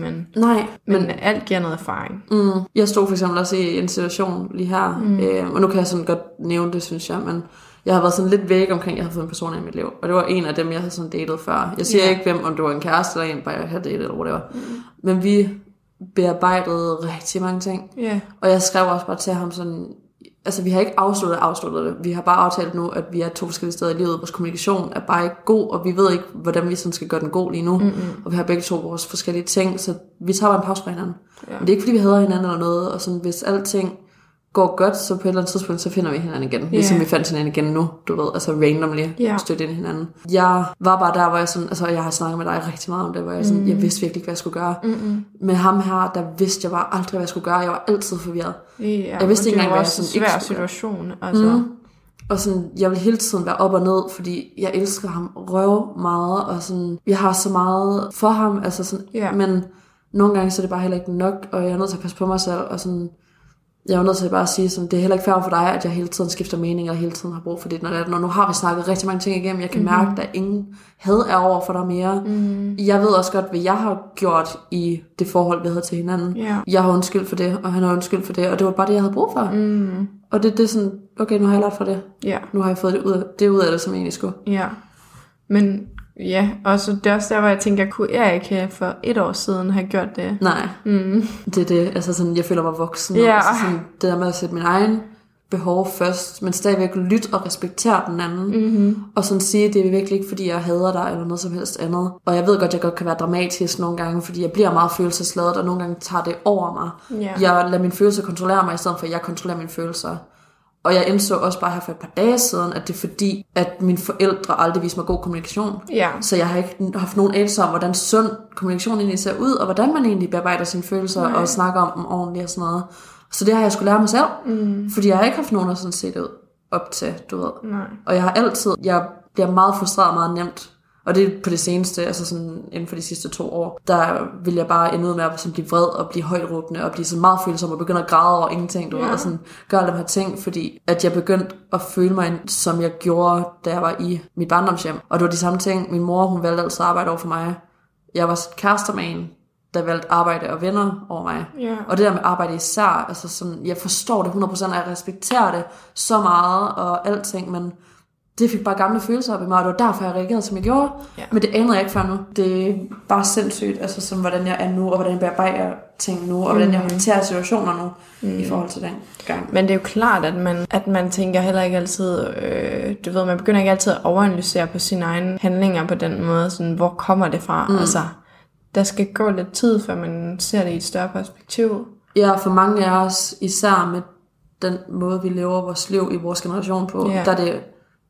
[SPEAKER 3] men alt giver noget erfaring.
[SPEAKER 2] Jeg stod for eksempel også i en situation lige her, og nu kan jeg sådan godt nævne det, synes jeg, men jeg har været sådan lidt væk omkring, at jeg havde fået en person i mit liv, og det var en af dem, jeg havde sådan datet før. Jeg siger ikke, om det var en kæreste eller en, bare jeg havde datet eller whatever. Men vi bearbejdede rigtig mange ting, og jeg skrev også bare til ham sådan, altså vi har ikke afsluttet det. Vi har bare aftalt nu, at vi er 2 forskellige steder i livet. Vores kommunikation er bare ikke god, og vi ved ikke, hvordan vi sådan skal gøre den god lige nu. Og vi har begge 2 vores forskellige ting, så vi tager bare en pause fra hinanden. Men det er ikke, fordi vi hader hinanden eller noget, og sådan, hvis alting går godt, så på et eller andet tidspunkt, så finder vi hinanden igen. Ligesom vi fandt hinanden igen nu, du ved, altså randomly støtte ind i hinanden. Jeg var bare der, hvor jeg sådan, altså jeg har snakket med dig rigtig meget om det, hvor jeg sådan, jeg vidste virkelig ikke, hvad jeg skulle gøre. Med ham her, der vidste jeg bare aldrig, hvad jeg skulle gøre. Jeg var altid forvirret.
[SPEAKER 3] Jeg vidste ikke engang, hvad jeg sådan ikke skulle situation, altså.
[SPEAKER 2] Og sådan, jeg vil hele tiden være op og ned, fordi jeg elsker ham røv meget, og sådan, jeg har så meget for ham, altså sådan, men nogle gange så er det bare heller ikke nok, og jeg er nødt til at passe på mig selv, og sådan, jeg er nødt til bare at sige, sådan, det er heller ikke fair for dig, at jeg hele tiden skifter mening, og hele tiden har brug for det. Når nu har vi snakket rigtig mange ting igennem, jeg kan mærke, at der ingen had er over for dig mere. Jeg ved også godt, hvad jeg har gjort i det forhold, vi havde til hinanden. Jeg har undskyldt for det, og han har undskyldt for det, og det var bare det, jeg havde brug for. Og det er sådan, okay, nu har jeg lært for det. Nu har jeg fået det ud af det, som jeg egentlig skulle.
[SPEAKER 3] Men ja, og så det er også der, hvor jeg tænker, kunne jeg ikke for 1 år siden have gjort det?
[SPEAKER 2] Nej, det er det. Altså sådan, jeg føler mig voksen. Altså sådan, det der med at sætte min egen behov først, men stadigvæk lytte og respektere den anden. Og sådan sige, det er virkelig ikke, fordi jeg hader dig, eller noget som helst andet. Og jeg ved godt, jeg godt kan være dramatisk nogle gange, fordi jeg bliver meget følelsesladet, og nogle gange tager det over mig. Jeg lader mine følelser kontrollere mig, i stedet for at jeg kontrollerer mine følelser. Og jeg indså også bare her for et par dage siden, at det er fordi, at mine forældre aldrig viste mig god kommunikation. Så jeg har ikke haft nogen anelse om, hvordan sund kommunikation egentlig ser ud, og hvordan man egentlig bearbejder sine følelser og snakker om dem ordentligt og sådan noget. Så det har jeg skulle lære mig selv, fordi jeg har ikke haft nogen, der sådan set ud op til, du ved. Og jeg bliver meget frustreret meget nemt. Og det er på det seneste, altså sådan inden for de sidste 2 år, der vil jeg bare ende ud med at blive vred og blive højtråbende og blive sådan meget følsom og begynde at græde over ingenting, du ved, og sådan gøre alle de her ting, fordi at jeg begyndte at føle mig, som jeg gjorde, da jeg var i mit barndomshjem. Og det var de samme ting. Min mor, hun valgte altid at arbejde over for mig. Jeg var kærester med en, der valgte arbejde og venner over mig. Og det der med arbejde især, altså sådan, jeg forstår det 100%, og jeg respekterer det så meget og alting, men det fik bare gamle følelser op i mig, og det var derfor, jeg reagerede, som jeg gjorde. Men det anede jeg ikke før nu. Det er bare sindssygt, altså som hvordan jeg er nu, og hvordan jeg bearbejder ting nu, og hvordan jeg håndterer situationer nu, i forhold til den gang.
[SPEAKER 3] Men det er jo klart, at man tænker heller ikke altid, du ved, man begynder ikke altid at overanalysere på sine egne handlinger på den måde, sådan, hvor kommer det fra? Altså, der skal gå lidt tid, før man ser det i et større perspektiv.
[SPEAKER 2] Ja, for mange af os, især med den måde, vi lever vores liv i vores generation på, der er det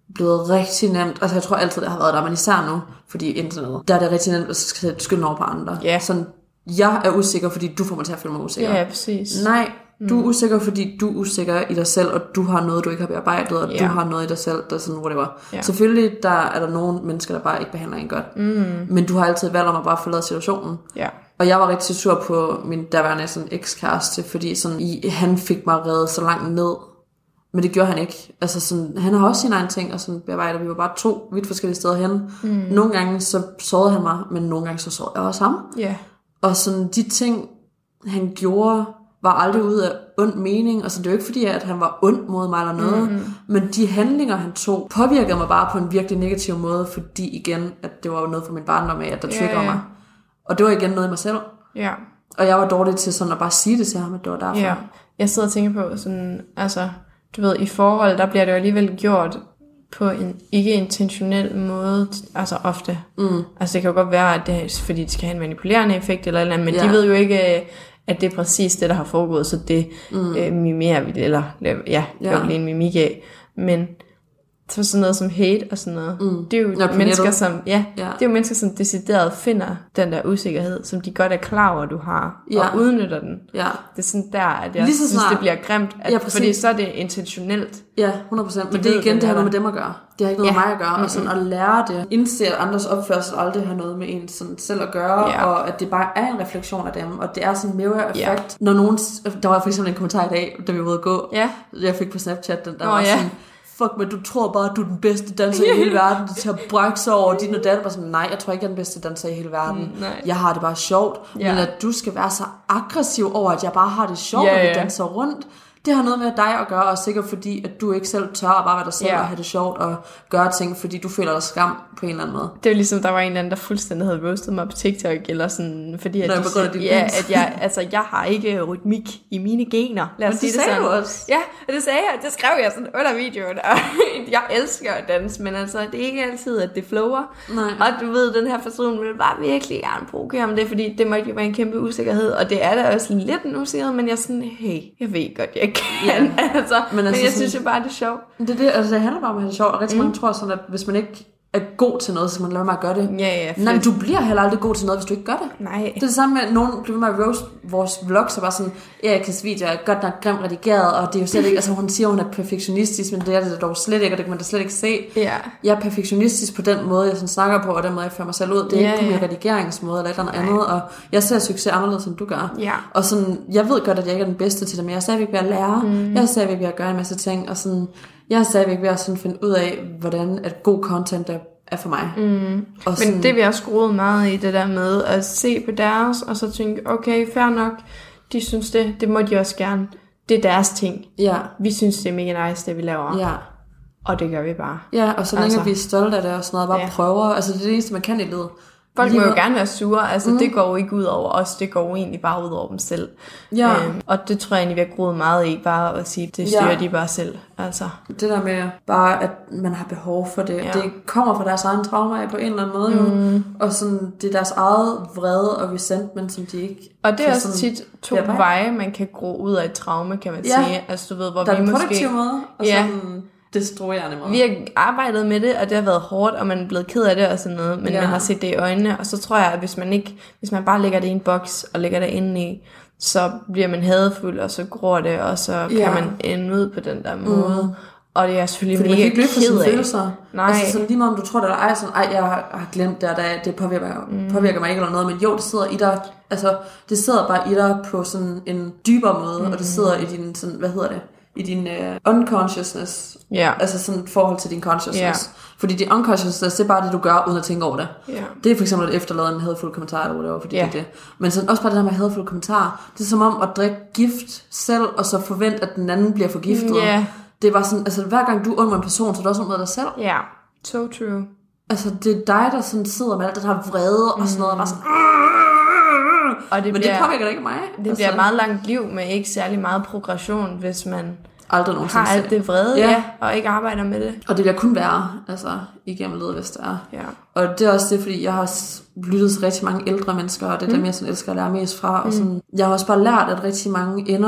[SPEAKER 2] blevet rigtig nemt. Altså jeg tror altid, det har været der, men især nu, fordi internettet, der er det rigtig nemt at sætte skylden over på andre.
[SPEAKER 3] Ja.
[SPEAKER 2] Sådan, jeg er usikker, fordi du får mig til at føle mig usikker.
[SPEAKER 3] Ja, præcis.
[SPEAKER 2] Nej, du er usikker, fordi du er usikker i dig selv, og du har noget, du ikke har bearbejdet, og du har noget i dig selv, der er sådan, whatever. Ja. Selvfølgelig er der nogle mennesker, der bare ikke behandler en godt. Men du har altid valgt om at bare forlade situationen.
[SPEAKER 3] Ja.
[SPEAKER 2] Og jeg var rigtig sur på min daværende sådan ekskæreste, fordi sådan, han fik mig reddet så langt ned. Men det gjorde han ikke. Altså sådan, han har også sine egne ting, og sådan bearbejder. Vi var bare 2 vidt forskellige steder hen. Nogle gange så sårede han mig, men nogle gange så sårede jeg også ham.
[SPEAKER 3] Ja.
[SPEAKER 2] Og sådan de ting, han gjorde, var aldrig ud af ond mening. Altså det er jo ikke fordi, at han var ond mod mig eller noget. Men de handlinger, han tog, påvirkede mig bare på en virkelig negativ måde, fordi igen, at det var jo noget fra min barndom af, at der trigger mig. Og det var igen noget i mig selv.
[SPEAKER 3] Ja.
[SPEAKER 2] Og jeg var dårlig til sådan at bare sige det til ham, at det var derfor.
[SPEAKER 3] Ja. Jeg sidder og tænker på sådan, altså, du ved, i forhold, der bliver det jo alligevel gjort på en ikke-intentionel måde, altså ofte. Altså det kan jo godt være, at det er, fordi det skal have en manipulerende effekt eller andet, men de ved jo ikke, at det er præcis det, der har foregået, så det mimerer vi det, eller laver lige en mimik af. Men så sådan noget som hate og sådan noget, det er jo mennesker, som det er jo mennesker, som decideret finder den der usikkerhed, som de godt er klar over, du har, og udnytter den. Ja. Det er sådan der, at jeg synes, det bliver grimt, fordi så er det intentionelt.
[SPEAKER 2] Ja, 100%. Men det er igen, det har noget med dem at gøre. Det har ikke noget med mig at gøre. Og sådan at lære det, indse at andres opførsel aldrig har noget med en sådan selv at gøre, og at det bare er en refleksion af dem, og det er sådan en mirror-effekt. Når nogen, der var for eksempel en kommentar i dag, da vi var ude at gå, jeg fik på Snapchat, den der var sådan, fuck, men du tror bare, at du er den bedste danser i hele verden. Du tager brækser over din og datter. Sådan, nej, jeg tror ikke, jeg er den bedste danser i hele verden. Jeg har det bare sjovt. Men at du skal være så aggressiv over, at jeg bare har det sjovt, og vi danser rundt. Det har noget med dig at gøre, og sikkert fordi, at du ikke selv tør at bare være dig selv og have det sjovt og gøre ting, fordi du føler dig skam på en eller anden måde.
[SPEAKER 3] Det er ligesom, der var en eller anden, der fuldstændig havde roastet mig på TikTok, eller sådan, fordi at, at jeg har ikke rytmik i mine gener. Lad os sige det sådan.
[SPEAKER 2] Du også.
[SPEAKER 3] Ja, og det sagde jeg. Det skrev jeg sådan under videoen, og jeg elsker at danse, men altså, det er ikke altid, at det flower. Nej. Og du ved, den her person vil bare virkelig gerne provokere om det, fordi det måtte jo være en kæmpe usikkerhed, og det er da også lidt en usikkerhed, men jeg er sådan, hey, jeg ved godt, jeg kan. Men jeg synes jo bare, det er sjovt.
[SPEAKER 2] Det handler bare om at have det sjovt, og rigtig mange tror sådan, at hvis man ikke er god til noget, så man lader mig at gøre det.
[SPEAKER 3] Ja,
[SPEAKER 2] nej, du bliver heller aldrig god til noget, hvis du ikke gør det.
[SPEAKER 3] Nej.
[SPEAKER 2] Det er det samme med, at nogen bliver med at roast vores vlogs, og bare sådan, Erikas video er godt nok grimt redigeret, og det er jo slet ikke, altså hun siger, hun er perfektionistisk, men det er det dog slet ikke, og det kan man da slet ikke se.
[SPEAKER 3] Ja.
[SPEAKER 2] Jeg er perfektionistisk på den måde, jeg sådan snakker på, og den måde, jeg fører mig selv ud. Det er ikke på min redigeringsmåde eller et eller andet, og jeg ser succes anderledes, end du gør.
[SPEAKER 3] Ja.
[SPEAKER 2] Og sådan, jeg ved godt, at jeg ikke er den bedste til det, men jeg er stadigvæk ved at lære. Jeg er stadigvæk ved at gøre en masse ting, og sådan, jeg er stadigvæk ved at sådan finde ud af, hvordan at god content er for mig. Og sådan,
[SPEAKER 3] men det vi har skruet meget i, det der med at se på deres, og så tænke, okay, fair nok, de synes det må de også gerne. Det er deres ting.
[SPEAKER 2] Ja.
[SPEAKER 3] Vi synes, det er mega nice, det vi laver.
[SPEAKER 2] Ja.
[SPEAKER 3] Og det gør vi bare.
[SPEAKER 2] Ja, og så længe vi er stolte af det og sådan noget, bare prøver. Altså det er det eneste, man kan i livet.
[SPEAKER 3] Folk må jo gerne være sure, altså det går jo ikke ud over os, det går jo egentlig bare ud over dem selv. Ja. Og det tror jeg egentlig, vi har groet meget i, bare at sige, det styrer de bare selv. Altså. Det
[SPEAKER 2] der med bare, at man har behov for det, det kommer fra deres egen traumer på en eller anden måde jo. Og sådan, det er deres eget vrede og resentment, som de ikke...
[SPEAKER 3] Og det er også tit 2 veje, man kan gro ud af et traume, kan man sige. Altså du ved, hvor
[SPEAKER 2] der
[SPEAKER 3] vi
[SPEAKER 2] måske... Der er
[SPEAKER 3] en
[SPEAKER 2] produktiv måde, og sådan... destruerende måde.
[SPEAKER 3] Vi har arbejdet med det, og det har været hårdt, og man er blevet ked af det og sådan noget, men man har set det i øjnene, og så tror jeg, at hvis man bare lægger det i en boks, og lægger det inde i, så bliver man hadefuld, og så gror det, og så kan man ende ud på den der måde. Og det er selvfølgelig
[SPEAKER 2] fordi
[SPEAKER 3] mega ked af.
[SPEAKER 2] Følelser. Nej. Altså sådan lige meget om du tror det eller ej, sådan, jeg har glemt det, og det påvirker mig ikke eller noget, men jo, det sidder i dig, altså det sidder bare i dig på sådan en dybere måde, og det sidder i din sådan, hvad hedder det? I din unconsciousness. Altså sådan et forhold til din consciousness. Fordi din unconsciousness, det er bare det, du gør, uden at tænke over det. Det er for eksempel at efterlade en hadfuld kommentar, eller whatever, fordi det er det. Men sådan, også bare det der med hadfuld kommentar, det er som om at drikke gift selv, og så forvente, at den anden bliver forgiftet. Det er bare sådan, altså hver gang du er under en person, så er du også under dig selv.
[SPEAKER 3] Ja, so true.
[SPEAKER 2] Altså det er dig, der sådan sidder med alt det her vrede, og sådan noget, og bare sådan...
[SPEAKER 3] Og det
[SPEAKER 2] men det påvirker da ikke mig.
[SPEAKER 3] Det bliver et meget langt liv med ikke særlig meget progression, hvis man
[SPEAKER 2] aldrig
[SPEAKER 3] har alt det vrede, og ikke arbejder med det.
[SPEAKER 2] Og det bliver kun værre, altså igennem livet, hvis det er.
[SPEAKER 3] Ja.
[SPEAKER 2] Og det er også det, fordi jeg har lyttet til rigtig mange ældre mennesker, og det er dem, jeg sådan elsker at lære mest fra. Og sådan, jeg har også bare lært, at rigtig mange ender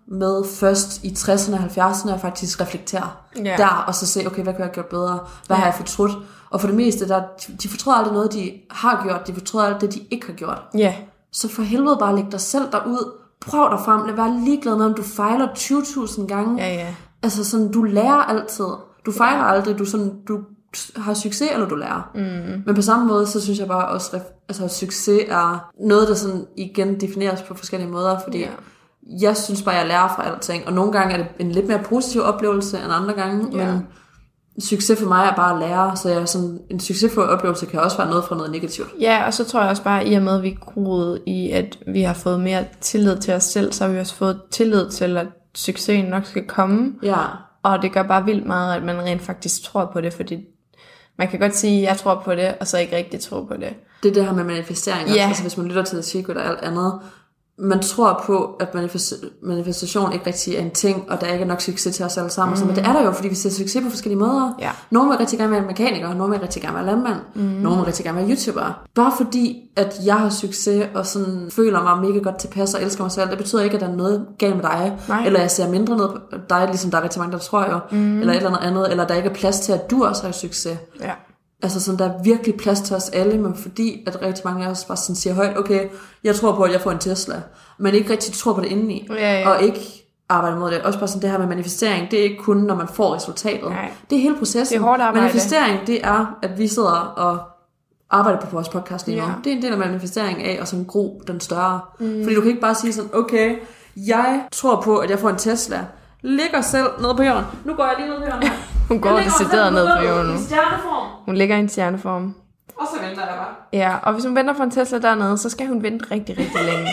[SPEAKER 2] med først i 60'erne og 70'erne at faktisk reflektere der, og så se, okay, hvad kan jeg have gjort bedre? Hvad har jeg fortrudt? Og for det meste, de fortryder aldrig noget, de har gjort. De fortryder alt det, de ikke har gjort.
[SPEAKER 3] Ja.
[SPEAKER 2] Så for helvede bare læg dig selv derud. Prøv dig frem. Lad være ligeglad med, om du fejler 20.000 gange.
[SPEAKER 3] Ja.
[SPEAKER 2] Altså sådan, du lærer altid. Du fejler aldrig. Du har succes, eller du lærer. Men på samme måde, så synes jeg bare også, at succes er noget, der sådan igen defineres på forskellige måder, fordi jeg synes bare, jeg lærer fra alting. Og nogle gange er det en lidt mere positiv oplevelse end andre gange, men succes for mig er bare at lære, så en succesfuld oplevelse kan også være noget fra noget negativt.
[SPEAKER 3] Ja, og så tror jeg også bare, i og med, at vi er groet i, at vi har fået mere tillid til os selv, så har vi også fået tillid til, at succesen nok skal komme.
[SPEAKER 2] Ja.
[SPEAKER 3] Og det gør bare vildt meget, at man rent faktisk tror på det, fordi man kan godt sige, at jeg tror på det, og så ikke rigtig tror på det.
[SPEAKER 2] Det er det her med manifestering. Yeah. Altså hvis man lytter til The Secret og alt andet, man tror på, at manifestation ikke rigtig er en ting, og der ikke er nok succes til os alle sammen. Men det er der jo, fordi vi ser succes på forskellige måder. Yeah. Nogle vil rigtig gerne være mekaniker, nogle vil rigtig gerne være landmand, nogle vil rigtig gerne være YouTuber. Bare fordi, at jeg har succes, og sådan føler mig mega godt tilpas og elsker mig selv, det betyder ikke, at der er noget galt med dig. Nej. Eller jeg ser mindre ned på dig, ligesom der er rigtig mange, der tror jo. Eller et eller andet, eller der ikke er plads til, at du også har succes. Ja. Altså sådan, der er virkelig plads til os alle, men fordi at rigtig mange af os bare sådan siger højt, okay, jeg tror på, at jeg får en Tesla, men ikke rigtig tror på det indeni, og ikke arbejder mod det. Også bare sådan det her med manifestering, det er ikke kun, når man får resultatet. Nej. Det er hele processen.
[SPEAKER 3] Det er hårdt arbejde.
[SPEAKER 2] Manifestering, det er, at vi sidder og arbejder på vores podcast lige nu. Det er en del af manifestering af, og sådan gro den større. Fordi du kan ikke bare sige sådan, okay, jeg tror på, at jeg får en Tesla, ligger selv nede på jorden. Nu går jeg lige ned på jorden her.
[SPEAKER 3] Hun går decideret ned på jorden nu.
[SPEAKER 2] Stjerneform.
[SPEAKER 3] Hun ligger i en stjerneform.
[SPEAKER 2] Og så venter jeg bare.
[SPEAKER 3] Ja, og hvis hun venter for en Tesla dernede, så skal hun vente rigtig, rigtig længe.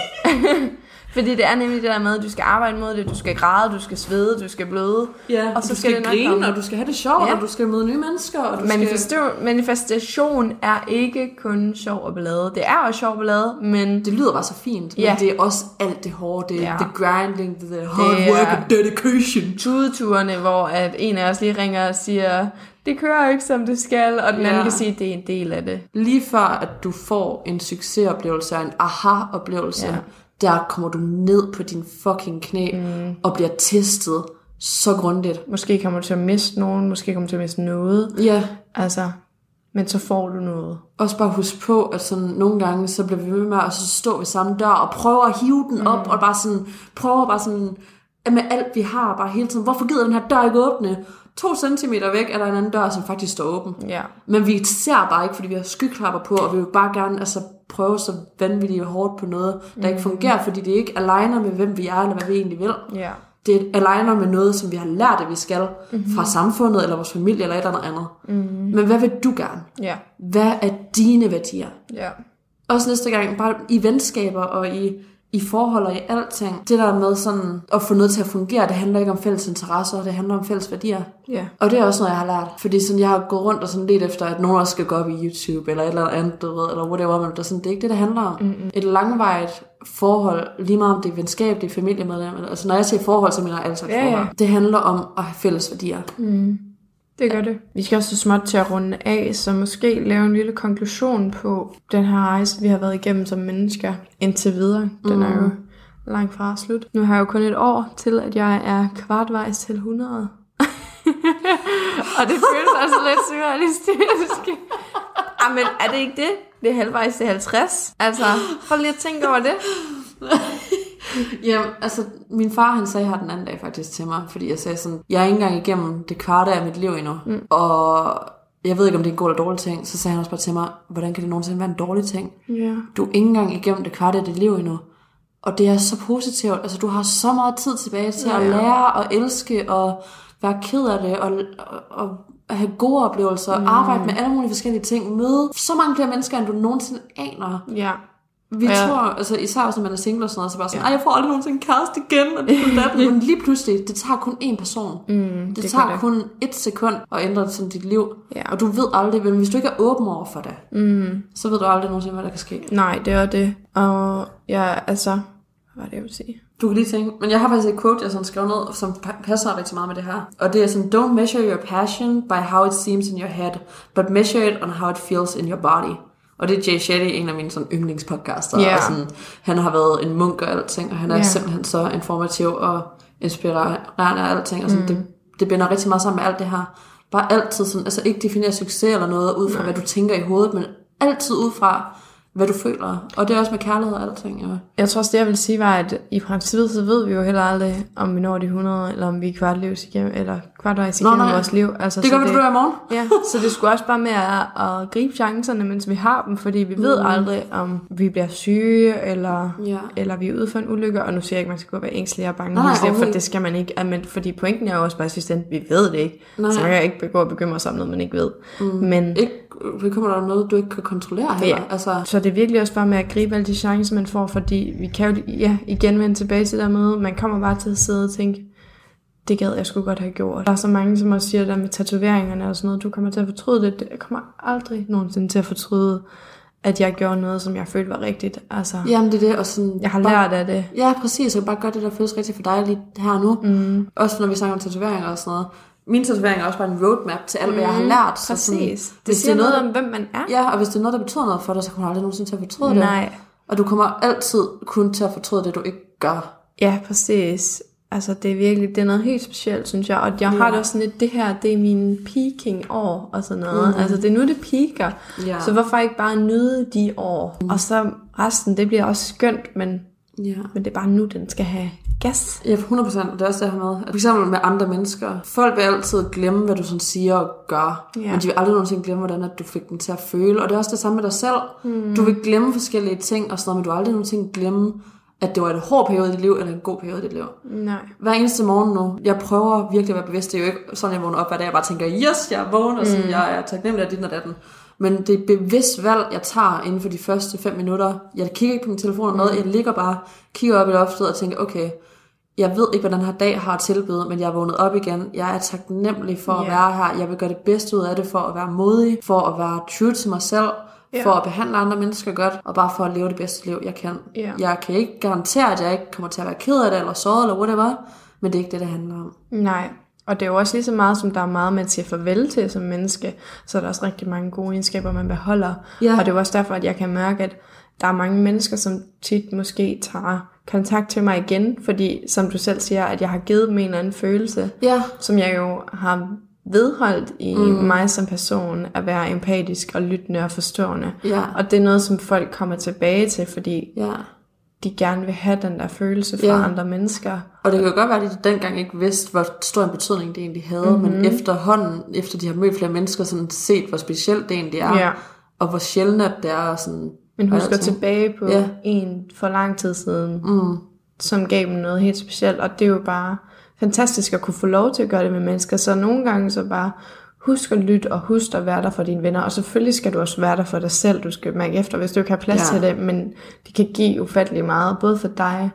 [SPEAKER 3] Fordi det er nemlig det der med, at du skal arbejde mod det, du skal græde, du skal svede, du skal bløde.
[SPEAKER 2] Ja, og så du skal grine, og du skal have det sjovt, og du skal møde nye mennesker. Og du
[SPEAKER 3] manifestation er ikke kun sjov og ballade. Det er også sjov og ballade, men...
[SPEAKER 2] Det lyder bare så fint, men det er også alt det hårde. Det er the grinding, the hard work and dedication.
[SPEAKER 3] Tudeturene, hvor at en af os lige ringer og siger... Det kører ikke, som det skal, og den anden kan sige, at det er en del af det.
[SPEAKER 2] Lige før, at du får en succesoplevelse og en aha-oplevelse, der kommer du ned på din fucking knæ og bliver testet så grundigt.
[SPEAKER 3] Måske kommer du til at miste nogen, måske kommer du til at miste noget.
[SPEAKER 2] Ja.
[SPEAKER 3] Altså, men så får du noget.
[SPEAKER 2] Også bare husk på, at sådan nogle gange, så bliver vi ved med at stå ved samme dør og prøve at hive den op, og bare sådan, prøve bare sådan, med alt vi har, bare hele tiden, hvorfor gider den her dør ikke åbne? 2 centimeter væk er der en anden dør, som faktisk står åben. Ja. Men vi ser bare ikke, fordi vi har skyklapper på, og vi vil bare gerne prøve så vanvittigt hårdt på noget, der ikke fungerer, fordi det ikke aligner med, hvem vi er, eller hvad vi egentlig vil. Ja. Det aligner med noget, som vi har lært, at vi skal, fra samfundet, eller vores familie, eller et eller andet. Men hvad vil du gerne? Ja. Hvad er dine værdier? Ja. Også næste gang, bare i venskaber, og i forhold og i alting. Det der med sådan at få noget til at fungere, det handler ikke om fælles interesser, det handler om fælles værdier. Yeah. Og det er også noget, jeg har lært. Fordi sådan, jeg har gået rundt og sådan lidt efter, at nogen også skal gå op i YouTube, eller et eller andet, du ved, eller whatever, men det er sådan, det er ikke det handler om. Et langvarigt forhold, lige meget om det er venskab, det er familiemedlemmer. Altså når jeg siger forhold, så mener jeg alle slags forhold. Det handler om at have fælles værdier.
[SPEAKER 3] Det gør det. Vi skal også så småt til at runde af, så måske lave en lille konklusion på den her rejse, vi har været igennem som mennesker indtil videre. Den er jo langt fra slut. Nu har jeg jo kun et år til, at jeg er kvartvejs til 100. Og det føles altså lidt surrealistisk. Men er det ikke det? Det er halvvejs til 50. Altså, prøv lige at tænke over det.
[SPEAKER 2] Jamen, altså, min far, han sagde her den anden dag faktisk til mig, fordi jeg sagde sådan, jeg er ikke engang igennem det kvarte af mit liv endnu, og jeg ved ikke, om det er en god eller dårlig ting. Så sagde han også bare til mig, hvordan kan det nogensinde være en dårlig ting? Yeah. Du er ikke engang igennem det kvarte af dit liv endnu, og det er så positivt. Altså, du har så meget tid tilbage til at lære og elske og være ked af det, og have gode oplevelser, arbejde med alle mulige forskellige ting, møde så mange flere mennesker, end du nogensinde aner. Ja. Vi tror, altså især også når man er single og sådan noget, så bare sådan, jeg får aldrig nogensinde en kæreste igen, og det men lige pludselig, det tager kun én person. Det tager kun 1 sekund at ændre sådan dit liv, og du ved aldrig, men hvis du ikke er åben over for det, så ved du aldrig nogensinde, hvad der kan ske.
[SPEAKER 3] Nej, det er det, og altså, hvad er det, jeg vil sige?
[SPEAKER 2] Du kan lige tænke, men jeg har faktisk et quote, jeg sådan skrevet ned, som passer rigtig meget med det her, og det er sådan, don't measure your passion by how it seems in your head, but measure it on how it feels in your body. Og det er Jay Shetty, en af mine sådan yndlingspodcaster, og sådan, han har været en munk og alting, og han er simpelthen så informativ, og inspirerende af alting. Altså, det binder rigtig meget sammen med alt det her. Bare altid sådan, altså ikke definere succes eller noget ud fra, hvad du tænker i hovedet, men altid ud fra, hvad du føler. Og det er også med kærlighed og alting. Ja.
[SPEAKER 3] Jeg tror også, det jeg vil sige var, at i princippet, så ved vi jo heller aldrig, om vi når de 100, eller om vi er kvartvejs igennem vores liv. Altså,
[SPEAKER 2] det gør vi, du i morgen.
[SPEAKER 3] Ja, så det skulle også bare med at gribe chancerne, mens vi har dem, fordi vi ved aldrig, om vi bliver syge, eller vi er ude for en ulykke. Og nu siger jeg ikke, man skal gå og være ængstelig og bange, for det skal man ikke. Fordi pointen er jo også bare assistent, vi ved det ikke. Så man kan ikke gå og bekymre sig om noget, man ikke ved. Men
[SPEAKER 2] ikke bekymre dig om noget, du ikke kan kontrollere heller.
[SPEAKER 3] Ja.
[SPEAKER 2] Altså.
[SPEAKER 3] Så det er virkelig også bare med at gribe alle de chancer, man får, fordi vi kan jo igen vende tilbage til der med, man kommer bare til at sidde og tænke, det gad jeg sgu godt have gjort. Der er så mange, som også siger der med tatoveringerne og sådan noget, du kommer til at fortryde det. Jeg kommer aldrig nogensinde til at fortryde, at jeg gjorde noget, som jeg følte var rigtigt. Altså,
[SPEAKER 2] jamen det er det, og sådan...
[SPEAKER 3] Jeg har lært af det.
[SPEAKER 2] Ja, præcis, så bare gør det, der føles rigtigt for dig lige her nu. Også når vi snakker om tatoveringer og sådan noget. Min tatovering er også bare en roadmap til alt, hvad jeg har lært. Så
[SPEAKER 3] præcis.
[SPEAKER 2] Sådan,
[SPEAKER 3] det siger noget om, hvem man er.
[SPEAKER 2] Ja, og hvis det er noget, der betyder noget for dig, så kommer du aldrig nogensinde til at fortryde det.
[SPEAKER 3] Nej.
[SPEAKER 2] Og du kommer altid kun til at fortryde det, du ikke gør.
[SPEAKER 3] Ja, præcis. Altså, det er virkelig, det er noget helt specielt, synes jeg. Og jeg har det også sådan lidt, det her, det er min peaking-år og sådan noget. Altså, det er nu, det peaker. Ja. Så hvorfor ikke bare nyde de år? Og så resten, det bliver også skønt, men det er bare nu, den skal have gas.
[SPEAKER 2] Ja, 100%. Det er også det her med, at for eksempel med andre mennesker. Folk vil altid glemme, hvad du sådan siger og gør. Ja. Men de vil aldrig nogensinde glemme, hvordan at du fik dem til at føle. Og det er også det samme med dig selv. Du vil glemme forskellige ting og sådan noget, men du vil aldrig nogensinde glemme, at det var en hård periode i dit liv, eller en god periode i dit liv.
[SPEAKER 3] Nej.
[SPEAKER 2] Hver eneste morgen nu, jeg prøver virkelig at være bevidst. Det er jo ikke sådan, jeg vågner op hver dag, jeg bare tænker, yes, jeg er vågen, og sådan, jeg er taknemmelig af dit og datten. Men det er et bevidst valg, jeg tager inden for de første 5 minutter. Jeg kigger ikke på min telefon eller noget, jeg ligger bare, kigger op i loftet og tænker, okay, jeg ved ikke, hvad den her dag har tilbydet, men jeg er vågnet op igen. Jeg er taknemmelig for at være her. Jeg vil gøre det bedste ud af det, for at være modig, for at være true til mig selv, for at behandle andre mennesker godt, og bare for at leve det bedste liv, jeg kan. Jeg kan ikke garantere, at jeg ikke kommer til at være ked af det, eller såret, eller whatever, men det er ikke det, det handler om.
[SPEAKER 3] Nej, og det er jo også lige så meget, som der er meget med at sige farvel til som menneske, så er der også rigtig mange gode egenskaber, man beholder. Og det er også derfor, at jeg kan mærke, at der er mange mennesker, som tit måske tager kontakt til mig igen, fordi som du selv siger, at jeg har givet dem en eller anden følelse, som jeg jo har vedholdt i mig som person, at være empatisk og lyttende og forstående. Og det er noget, som folk kommer tilbage til, fordi de gerne vil have den der følelse fra andre mennesker. Og
[SPEAKER 2] det kan jo godt være, at de dengang ikke vidste, hvor stor en betydning det egentlig havde, men efterhånden, efter de har mødt flere mennesker, sådan set, hvor specielt det egentlig er, og hvor sjældent det er. Sådan,
[SPEAKER 3] men husker tilbage på en for lang tid siden, som gav dem noget helt specielt, og det er jo bare fantastisk at kunne få lov til at gøre det med mennesker, så nogle gange så bare husk at lytte, og husk at være der for dine venner, og selvfølgelig skal du også være der for dig selv, du skal mærke efter, hvis du ikke har plads til det, men det kan give ufattelig meget, både for dig,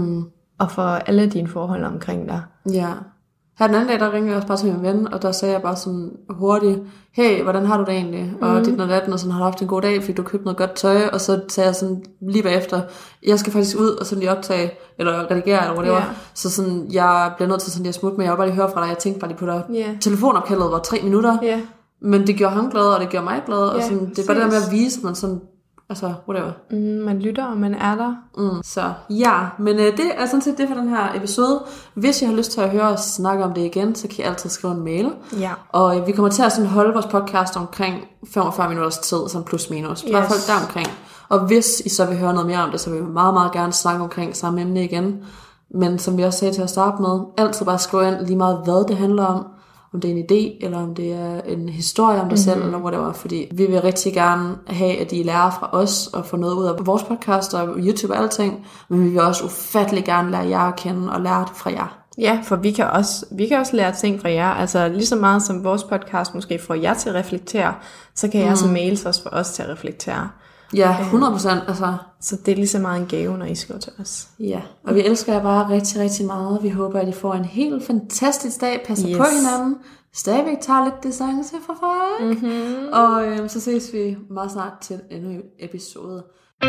[SPEAKER 3] og for alle dine forhold omkring dig. Ja.
[SPEAKER 2] Her den anden dag, der ringede jeg også bare til min ven, og der sagde jeg bare sådan hurtigt, hey, hvordan har du det egentlig? Og dit og datten, og sådan, har du haft en god dag, fordi du købte noget godt tøj? Og så sagde jeg sådan lige bagefter, jeg skal faktisk ud og sådan lige optage, eller redigere, eller whatever. Så sådan, jeg bliver nødt til sådan lige at smutte, men jeg vil bare lige høre fra dig, jeg tænkte bare lige på dig. Telefonopkaldet var 3 minutter, men det gjorde ham glad, og det gjorde mig glad, og sådan, det er bare det der med at vise, at man sådan, altså, whatever.
[SPEAKER 3] Man lytter, og man er der.
[SPEAKER 2] Så ja, men det er sådan set det for den her episode. Hvis I har lyst til at høre os snakke om det igen, så kan I altid skrive en mail. Og vi kommer til at sådan holde vores podcast omkring 45 minutters tid, sådan plus minus. Bare folk der omkring. Og hvis I så vil høre noget mere om det, så vil vi meget, meget gerne snakke omkring samme emne igen. Men som vi også sagde til at starte med, altid bare skrive ind lige meget, hvad det handler om. Om det er en idé, eller om det er en historie om dig selv, eller whatever. Fordi vi vil rigtig gerne have, at I lærer fra os, og få noget ud af vores podcast, og YouTube og alting. Men vi vil også ufattelig gerne lære jer at kende, og lære det fra jer.
[SPEAKER 3] Ja, for vi kan også lære ting fra jer. Altså lige så meget som vores podcast måske får jer til at reflektere, så kan jeres mails også få os til at reflektere.
[SPEAKER 2] Ja, 100%. Altså.
[SPEAKER 3] Så det er lige så meget en gave, når I skriver til os.
[SPEAKER 2] Ja, og vi elsker jer bare rigtig, rigtig meget. Vi håber, at I får en helt fantastisk dag. Passer på hinanden. Stadigvæk tager lidt distance fra folk. Og så ses vi meget snart til endnu en episode.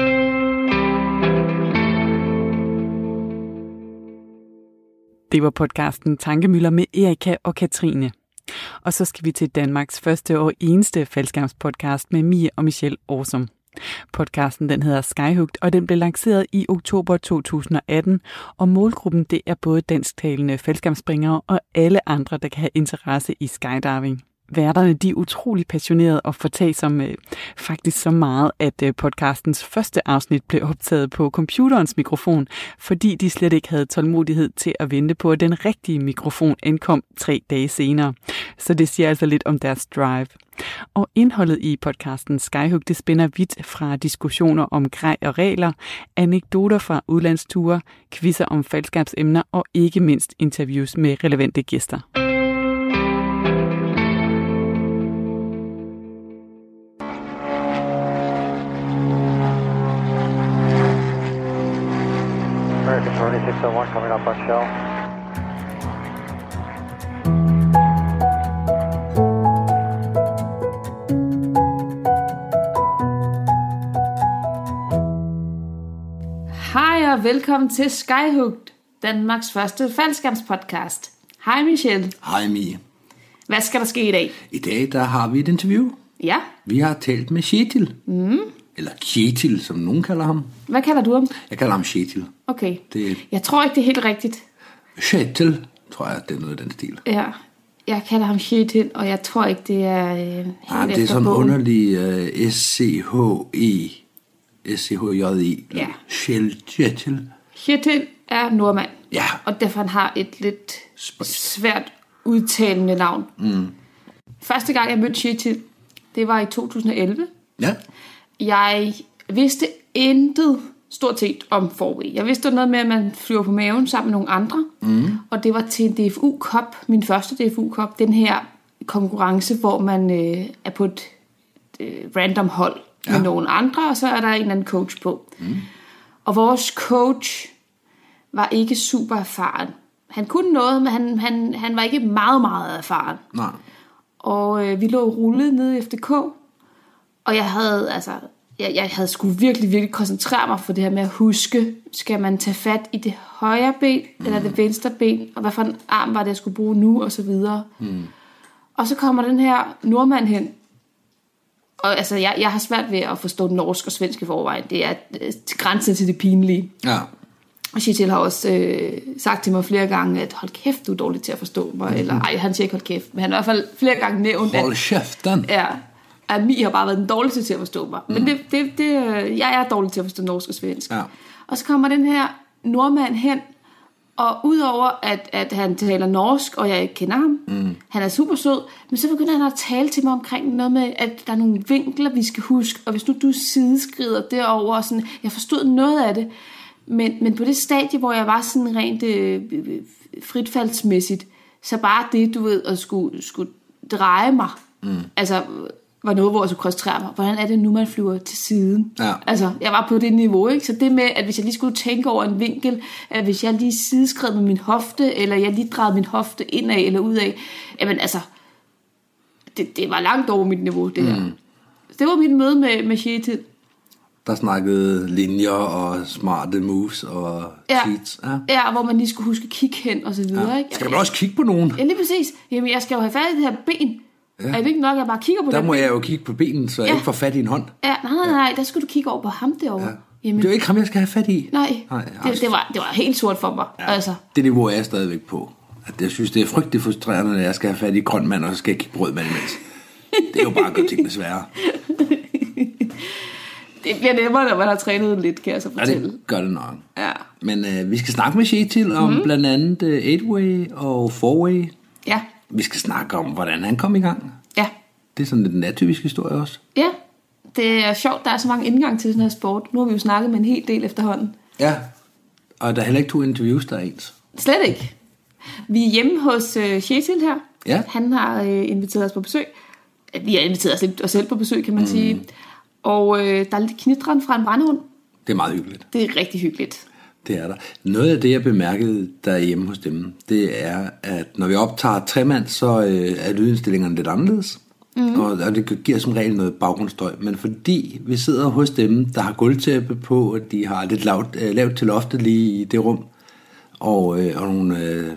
[SPEAKER 1] Det var podcasten Tankemøller med Erika og Katrine. Og så skal vi til Danmarks første og eneste faldskærmspodcast med Mie og Michelle Årsum. Podcasten den hedder Skyhugt, og den blev lanceret i oktober 2018, og målgruppen det er både dansktalende faldskærmsspringere og alle andre, der kan have interesse i skydiving. Værterne de er utrolig passionerede og fortagsomme faktisk så meget, at podcastens første afsnit blev optaget på computerens mikrofon, fordi de slet ikke havde tålmodighed til at vente på, at den rigtige mikrofon ankom 3 dage senere. Så det siger altså lidt om deres drive. Og indholdet i podcasten Skyhugt, det spænder vidt fra diskussioner om grej og regler, anekdoter fra udlandsture, quizzer om faldskærmsemner og ikke mindst interviews med relevante gæster.
[SPEAKER 4] American 2601 coming up on shell.
[SPEAKER 2] Hej og velkommen til Skyhugt, Danmarks første faldskærmspodcast. Hej Michelle.
[SPEAKER 5] Hej Mie.
[SPEAKER 2] Hvad skal der ske i dag?
[SPEAKER 5] I dag der har vi et interview.
[SPEAKER 2] Ja.
[SPEAKER 5] Vi har talt med Kjetil. Eller Kjetil, som nogen kalder ham.
[SPEAKER 2] Hvad kalder du ham?
[SPEAKER 5] Jeg kalder ham Kjetil.
[SPEAKER 2] Okay. Jeg tror ikke, det er helt rigtigt.
[SPEAKER 5] Kjetil, tror jeg, det er noget af den stil.
[SPEAKER 2] Ja. Jeg kalder ham Kjetil, og jeg tror ikke, det er helt
[SPEAKER 5] nej, det er sådan
[SPEAKER 2] bogen.
[SPEAKER 5] Underlig S-C-H-E.
[SPEAKER 2] Ja.
[SPEAKER 5] Kjetil.
[SPEAKER 2] Kjetil er nordmand.
[SPEAKER 5] Ja.
[SPEAKER 2] Og derfor han har et lidt svært udtalende navn. Første gang jeg mødte Kjetil, det var i 2011.
[SPEAKER 5] Ja. Jeg
[SPEAKER 2] vidste intet stort set om forway. Jeg vidste noget med, at man flyver på maven sammen med nogle andre. Og det var til en DFU Cup, min første DFU Cup. Den her konkurrence, hvor man er på et random hold med nogle andre, og så er der en eller anden coach på. Og vores coach var ikke super erfaren. Han kunne noget, men han var ikke meget, meget erfaren.
[SPEAKER 5] Nej.
[SPEAKER 2] Og vi lå rullet nede i FDK, og jeg havde sgu virkelig koncentrere mig for det her med at huske, skal man tage fat i det højre ben, eller det venstre ben, og hvad for en arm var det, jeg skulle bruge nu, og så videre. Og så kommer den her nordmand hen, og altså, jeg har svært ved at forstå norsk og svensk i forvejen. Det er til grænsen til det pinlige.
[SPEAKER 5] Ja.
[SPEAKER 2] Og Kjetil har også sagt til mig flere gange, at hold kæft, du er dårlig til at forstå mig. Eller ej, han siger ikke hold kæft, men han har i hvert fald flere gange nævnt,
[SPEAKER 5] hold kæften.
[SPEAKER 2] Ja, at Mie har bare været den dårligste til at forstå mig. Men jeg er dårlig til at forstå norsk og svensk.
[SPEAKER 5] Ja.
[SPEAKER 2] Og så kommer den her nordmand hen, og udover at han taler norsk, og jeg ikke kender ham, han er super sød, men så begynder han at tale til mig omkring noget med, at der er nogle vinkler, vi skal huske, og hvis nu du sideskrider derover, sådan, jeg forstod noget af det, men på det stadie, hvor jeg var sådan rent fritfaldsmæssigt, så bare det, du ved, at skulle dreje mig, altså var noget, hvor jeg skulle koncentrere mig. Hvordan er det nu, man flyver til siden?
[SPEAKER 5] Ja.
[SPEAKER 2] Altså, jeg var på det niveau, ikke? Så det med, at hvis jeg lige skulle tænke over en vinkel, at hvis jeg lige sideskred med min hofte, eller jeg lige drejede min hofte indad eller udad, jamen altså, det var langt over mit niveau, det her. Det var mit møde med Kjetil.
[SPEAKER 5] Der snakkede linjer og smarte moves og cheats.
[SPEAKER 2] Ja, hvor man lige skulle huske at kigge hen og så videre. Ikke?
[SPEAKER 5] Skal man også kigge på nogen?
[SPEAKER 2] Ja, lige præcis. Jamen, jeg skal jo have fat i det her ben. Ja. Er det ikke nok, at jeg bare kigger på det?
[SPEAKER 5] Der må jeg jo kigge på benen, så jeg ikke får fat i en hånd.
[SPEAKER 2] Ja, nej, der skulle du kigge over på ham derovre. Ja.
[SPEAKER 5] Jamen, det er jo ikke ham, jeg skal have fat i.
[SPEAKER 2] Nej. Det var helt sort for mig.
[SPEAKER 5] Ja,
[SPEAKER 2] altså.
[SPEAKER 5] Det niveau er jeg stadigvæk på. At jeg synes, det er frygteligt frustrerende, når jeg skal have fat i grøn mand, og så skal jeg kigge brødmand imens. Det er jo bare at gøre tingene sværere.
[SPEAKER 2] Det bliver nemmere, når man har trænet lidt, kan jeg så fortælle.
[SPEAKER 5] Ja, det gør det nok.
[SPEAKER 2] Ja.
[SPEAKER 5] Men vi skal snakke med Kjetil om blandt andet 8-way og 4-way.
[SPEAKER 2] Ja.
[SPEAKER 5] Vi skal snakke om, hvordan han kom i gang.
[SPEAKER 2] Ja.
[SPEAKER 5] Det er sådan lidt en atypisk historie også.
[SPEAKER 2] Ja, det er sjovt, der er så mange indgang til den her sport. Nu har vi jo snakket med en hel del efterhånden.
[SPEAKER 5] Ja, og der er heller ikke 2 interviews, der er ens.
[SPEAKER 2] Slet ikke. Vi er hjemme hos Kjetil her.
[SPEAKER 5] Ja.
[SPEAKER 2] Han har inviteret os på besøg. Vi har inviteret os selv på besøg, kan man sige. Og der er lidt knitren fra en brandhund.
[SPEAKER 5] Det er meget hyggeligt.
[SPEAKER 2] Det er rigtig hyggeligt.
[SPEAKER 5] Det er der. Noget af det, jeg bemærkede derhjemme hos dem, det er, at når vi optager 3-mand, så er lydindstillingerne lidt anderledes. Og det giver som regel noget baggrundsstøj. Men fordi vi sidder hos dem, der har gulvtæppe på, og de har lidt lavt til loftet lige i det rum, og nogle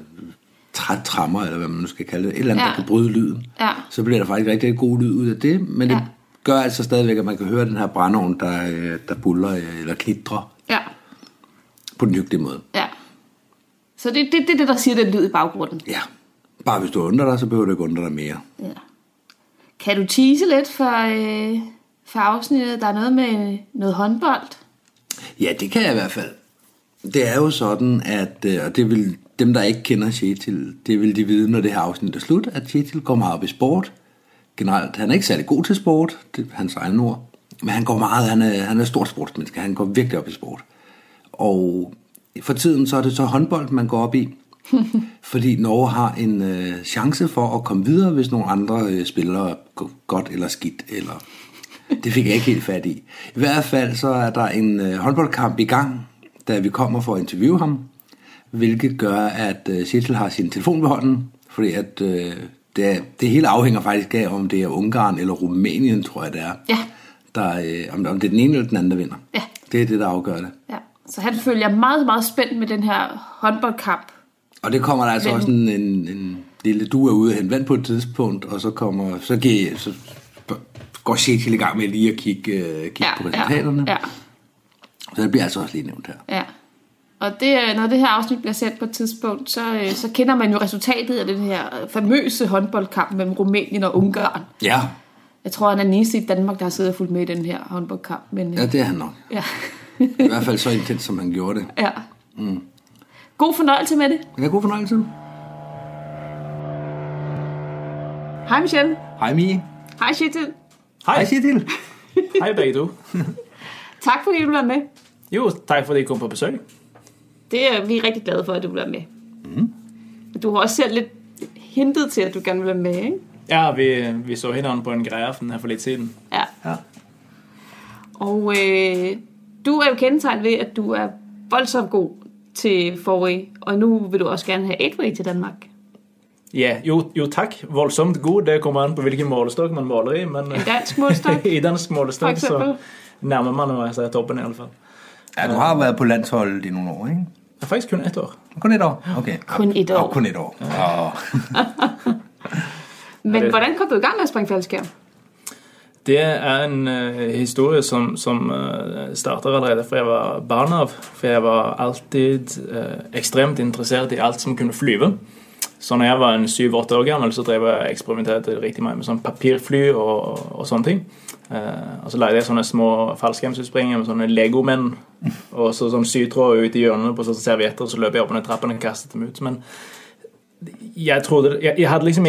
[SPEAKER 5] trætrammer, eller hvad man nu skal kalde det, et eller andet, der kan bryde lyden, så bliver der faktisk rigtig god lyd ud af det. Men det gør altså stadigvæk, at man kan høre den her brændeovn, der buller eller knitrer.
[SPEAKER 6] Ja.
[SPEAKER 5] På den hyggelige måde.
[SPEAKER 6] Ja. Så det er det, der siger den lyd i baggrunden.
[SPEAKER 5] Ja. Bare hvis du undrer dig, så behøver du ikke undre dig mere.
[SPEAKER 6] Ja. Kan du tease lidt for afsnittet? Der er noget med noget håndbold.
[SPEAKER 5] Ja, det kan jeg i hvert fald. Det er jo sådan, at og det vil dem, der ikke kender Kjetil, det vil de vide, når det her afsnit er slut, at Kjetil går meget op i sport. Generelt, han er ikke særlig god til sport, det er hans egen ord, men han går meget, han er stort sportsmenneske, han går virkelig op i sport. Og for tiden så er det så håndbold, man går op i, fordi Norge har en chance for at komme videre, hvis nogle andre spillere går godt eller skidt, eller det fik jeg ikke helt fat i. I hvert fald så er der en håndboldkamp i gang, da vi kommer for at interviewe ham, hvilket gør, at Kjetil har sin telefon ved hånden, fordi at det hele afhænger faktisk af, om det er Ungarn eller Rumænien, tror jeg det er.
[SPEAKER 6] Ja.
[SPEAKER 5] Om det er den ene eller den anden, der vinder.
[SPEAKER 6] Ja.
[SPEAKER 5] Det er det, der afgør det.
[SPEAKER 6] Ja. Så han følger meget, meget spændt med den her håndboldkamp. Og
[SPEAKER 5] det kommer der altså også en lille du er ude og hente vand på et tidspunkt, og så går Kjetil i gang med lige at kigge på resultaterne. Ja. Så det bliver altså også lige nævnt her.
[SPEAKER 6] Ja. Og når det her afsnit bliver sendt på et tidspunkt, så kender man jo resultatet af den her famøse håndboldkamp mellem Rumænien og Ungarn.
[SPEAKER 5] Ja.
[SPEAKER 6] Jeg tror, han er den eneste i Danmark, der har siddet og fulgt med i den her håndboldkamp. Men,
[SPEAKER 5] ja, det er han nok.
[SPEAKER 6] Ja.
[SPEAKER 5] I hvert fald så intens, som han gjorde det.
[SPEAKER 6] Ja. Mm. God fornøjelse med det.
[SPEAKER 5] Ja, god fornøjelse.
[SPEAKER 6] Hej Michelle.
[SPEAKER 5] Hej Mie.
[SPEAKER 6] Hej Kjetil.
[SPEAKER 5] Hej Kjetil.
[SPEAKER 7] Hej begge to.
[SPEAKER 6] Tak fordi du var med.
[SPEAKER 7] Jo, tak fordi I kom på besøg.
[SPEAKER 6] Det er vi rigtig glade for, at du vil være med. Mm. Du har også selv lidt hintet til, at du gerne vil være med, ikke?
[SPEAKER 7] Ja, vi så hinanden på en grejaften her for lidt siden.
[SPEAKER 6] Ja. Og du er jo kendetegnet ved, at du er voldsomt god til 4-way, og nu vil du også gerne have 8-way til Danmark.
[SPEAKER 7] Ja, jo tak. Voldsomt god, det kommer an på hvilken målestok man måler i. Men
[SPEAKER 6] en dansk målestok?
[SPEAKER 7] I dansk målestok, så nærmer man jo altså toppen i hvert fald.
[SPEAKER 5] Ja, du har været på landsholdet i nogle år, ikke?
[SPEAKER 7] Ja, faktisk kun 1 år.
[SPEAKER 5] Kun 1 år? Okay.
[SPEAKER 6] Kun 1 år?
[SPEAKER 5] Kun 1 år. Ja.
[SPEAKER 6] Men hvordan kom du i gang med at springe faldskærm?
[SPEAKER 7] Det er en historie, som starter allerede fra jeg var barn av. For jeg var alltid ekstremt interessert i alt som kunne flyve. Så når jeg var 7-8 år gammel, så drev jeg eksperimenterte rigtig meget med sånn papirfly og sånne ting. Og så lagde jeg sånne små faldskærmsutspringinger med sånne legomenn, og så sånn sytråd ut i hjørnet på sånne servietter, og så løp jeg opp under trappen og kastet dem ut. Men jeg trodde, jeg hadde liksom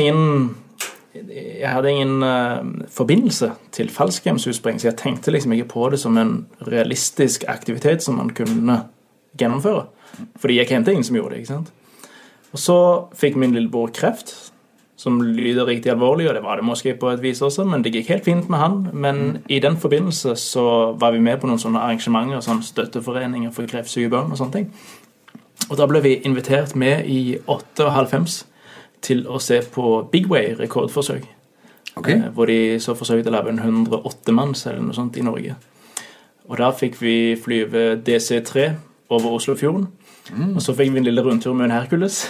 [SPEAKER 7] ingen forbindelse til faldskærmsutspring, så jeg tenkte liksom ikke på det som en realistisk aktivitet som man kunne gjennomføre. Fordi jeg kjente ingen som gjorde det, ikke sant? Og så fikk min lillebror kreft, som lyder riktig alvorlig, og det var det måske på et vis også, men det gikk helt fint med han. Men i den forbindelse så var vi med på noen sånne arrangementer, sånne støtteforeninger for kreftsyke barn og sånne ting. Og da ble vi invitert med i 98 til å se på Big Way rekordforsøk.
[SPEAKER 5] Okay.
[SPEAKER 7] Hvor de så forsøkte å lave en 108-manns eller noe sånt i Norge. Og da fikk vi flyve DC-3 over Oslofjorden. Og så fikk vi en lille rundtur med en Hercules.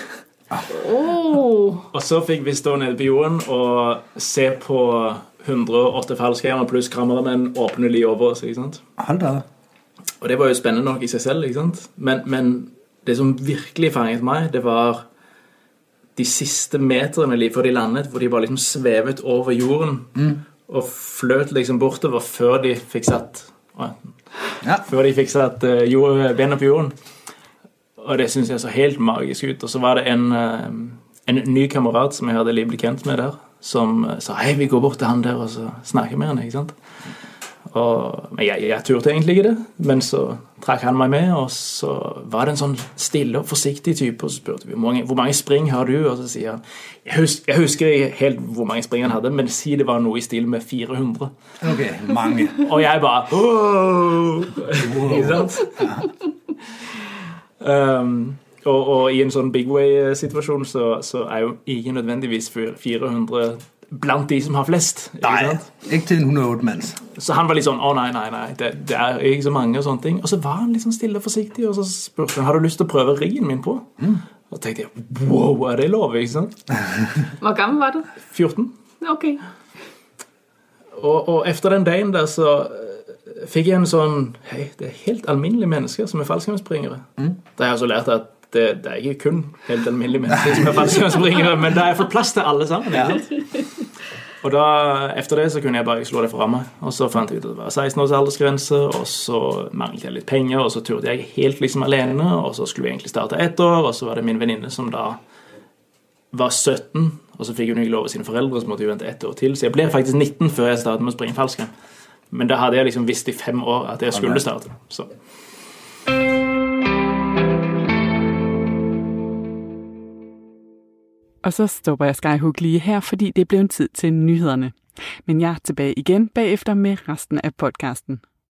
[SPEAKER 7] Og så fikk vi stå nede på jorden og se på 108 fallskjermer pluss kameramenn åpne lige over oss, ikke sant? Og det var jo spennende nok i seg selv, ikke sant? Men det som virkelig fanget meg, det var de siste meterne lige før de landet, hvor de bare liksom svevet over jorden og fløt liksom bortover før de fikk satt benet på jorden. Og det synes jeg så helt magisk ut. Og så var det en ny kamerat som jeg hadde lige blitt kjent med der, som sa, hei, vi går bort til han der og så snakker med han, ikke sant? Men jeg turte egentlig ikke det, men så trakk han meg med, og så var det en sånn stille og forsiktig type, og så spurte vi, hvor mange spring har du? Og så sier han, jeg husker ikke helt hvor mange spring han hadde, men si det var noe i stil med 400.
[SPEAKER 5] Ok, mange.
[SPEAKER 7] Og jeg bare, ikke sant? Og i en sånn Big Way-situasjon så er jo ikke nødvendigvis 400 blant de som har flest.
[SPEAKER 5] Nej, ikke til en 108 mands.
[SPEAKER 7] Så han var litt sånn, nei, det er ikke så mange og sånne ting. Og så var han litt sånn stille og forsiktig, og så spurte han, har du lyst til å prøve riggen min på? Og så tenkte jeg, wow, er det lov, ikke sant?
[SPEAKER 6] Hvor gammel var du?
[SPEAKER 7] 14.
[SPEAKER 6] Ok.
[SPEAKER 7] Og efter den dagen der, så fik jeg en sådan, hey, det er helt almindelige mennesker, som er faldskærmsspringere. Der har jeg så lært, at det er ikke kun helt almindelige mennesker, som er faldskærmsspringere, men der er for plads til alle sammen. Ja. Og da, efter det, så kunne jeg bare ikke slå det fra mig. Og så fandt jeg ut at det var 16 års aldersgrense, og så manglede jeg lidt penger, og så turde jeg ikke helt liksom alene, og så skulle jeg egentlig starte 1 år, og så var det min veninde som da var 17, og så fik hun ikke lov af sine forældre, så måtte jeg vente 1 år til. Så jeg blev faktisk 19 før jeg startede med at springe faldskærm. Men der havde jeg liksom vidst i 5 år, at jeg skulle starte. Så.
[SPEAKER 1] Og så stopper jeg Skyhook lige her, fordi det blev en tid til nyhederne. Men jeg er tilbage igen bagefter med resten af podcasten.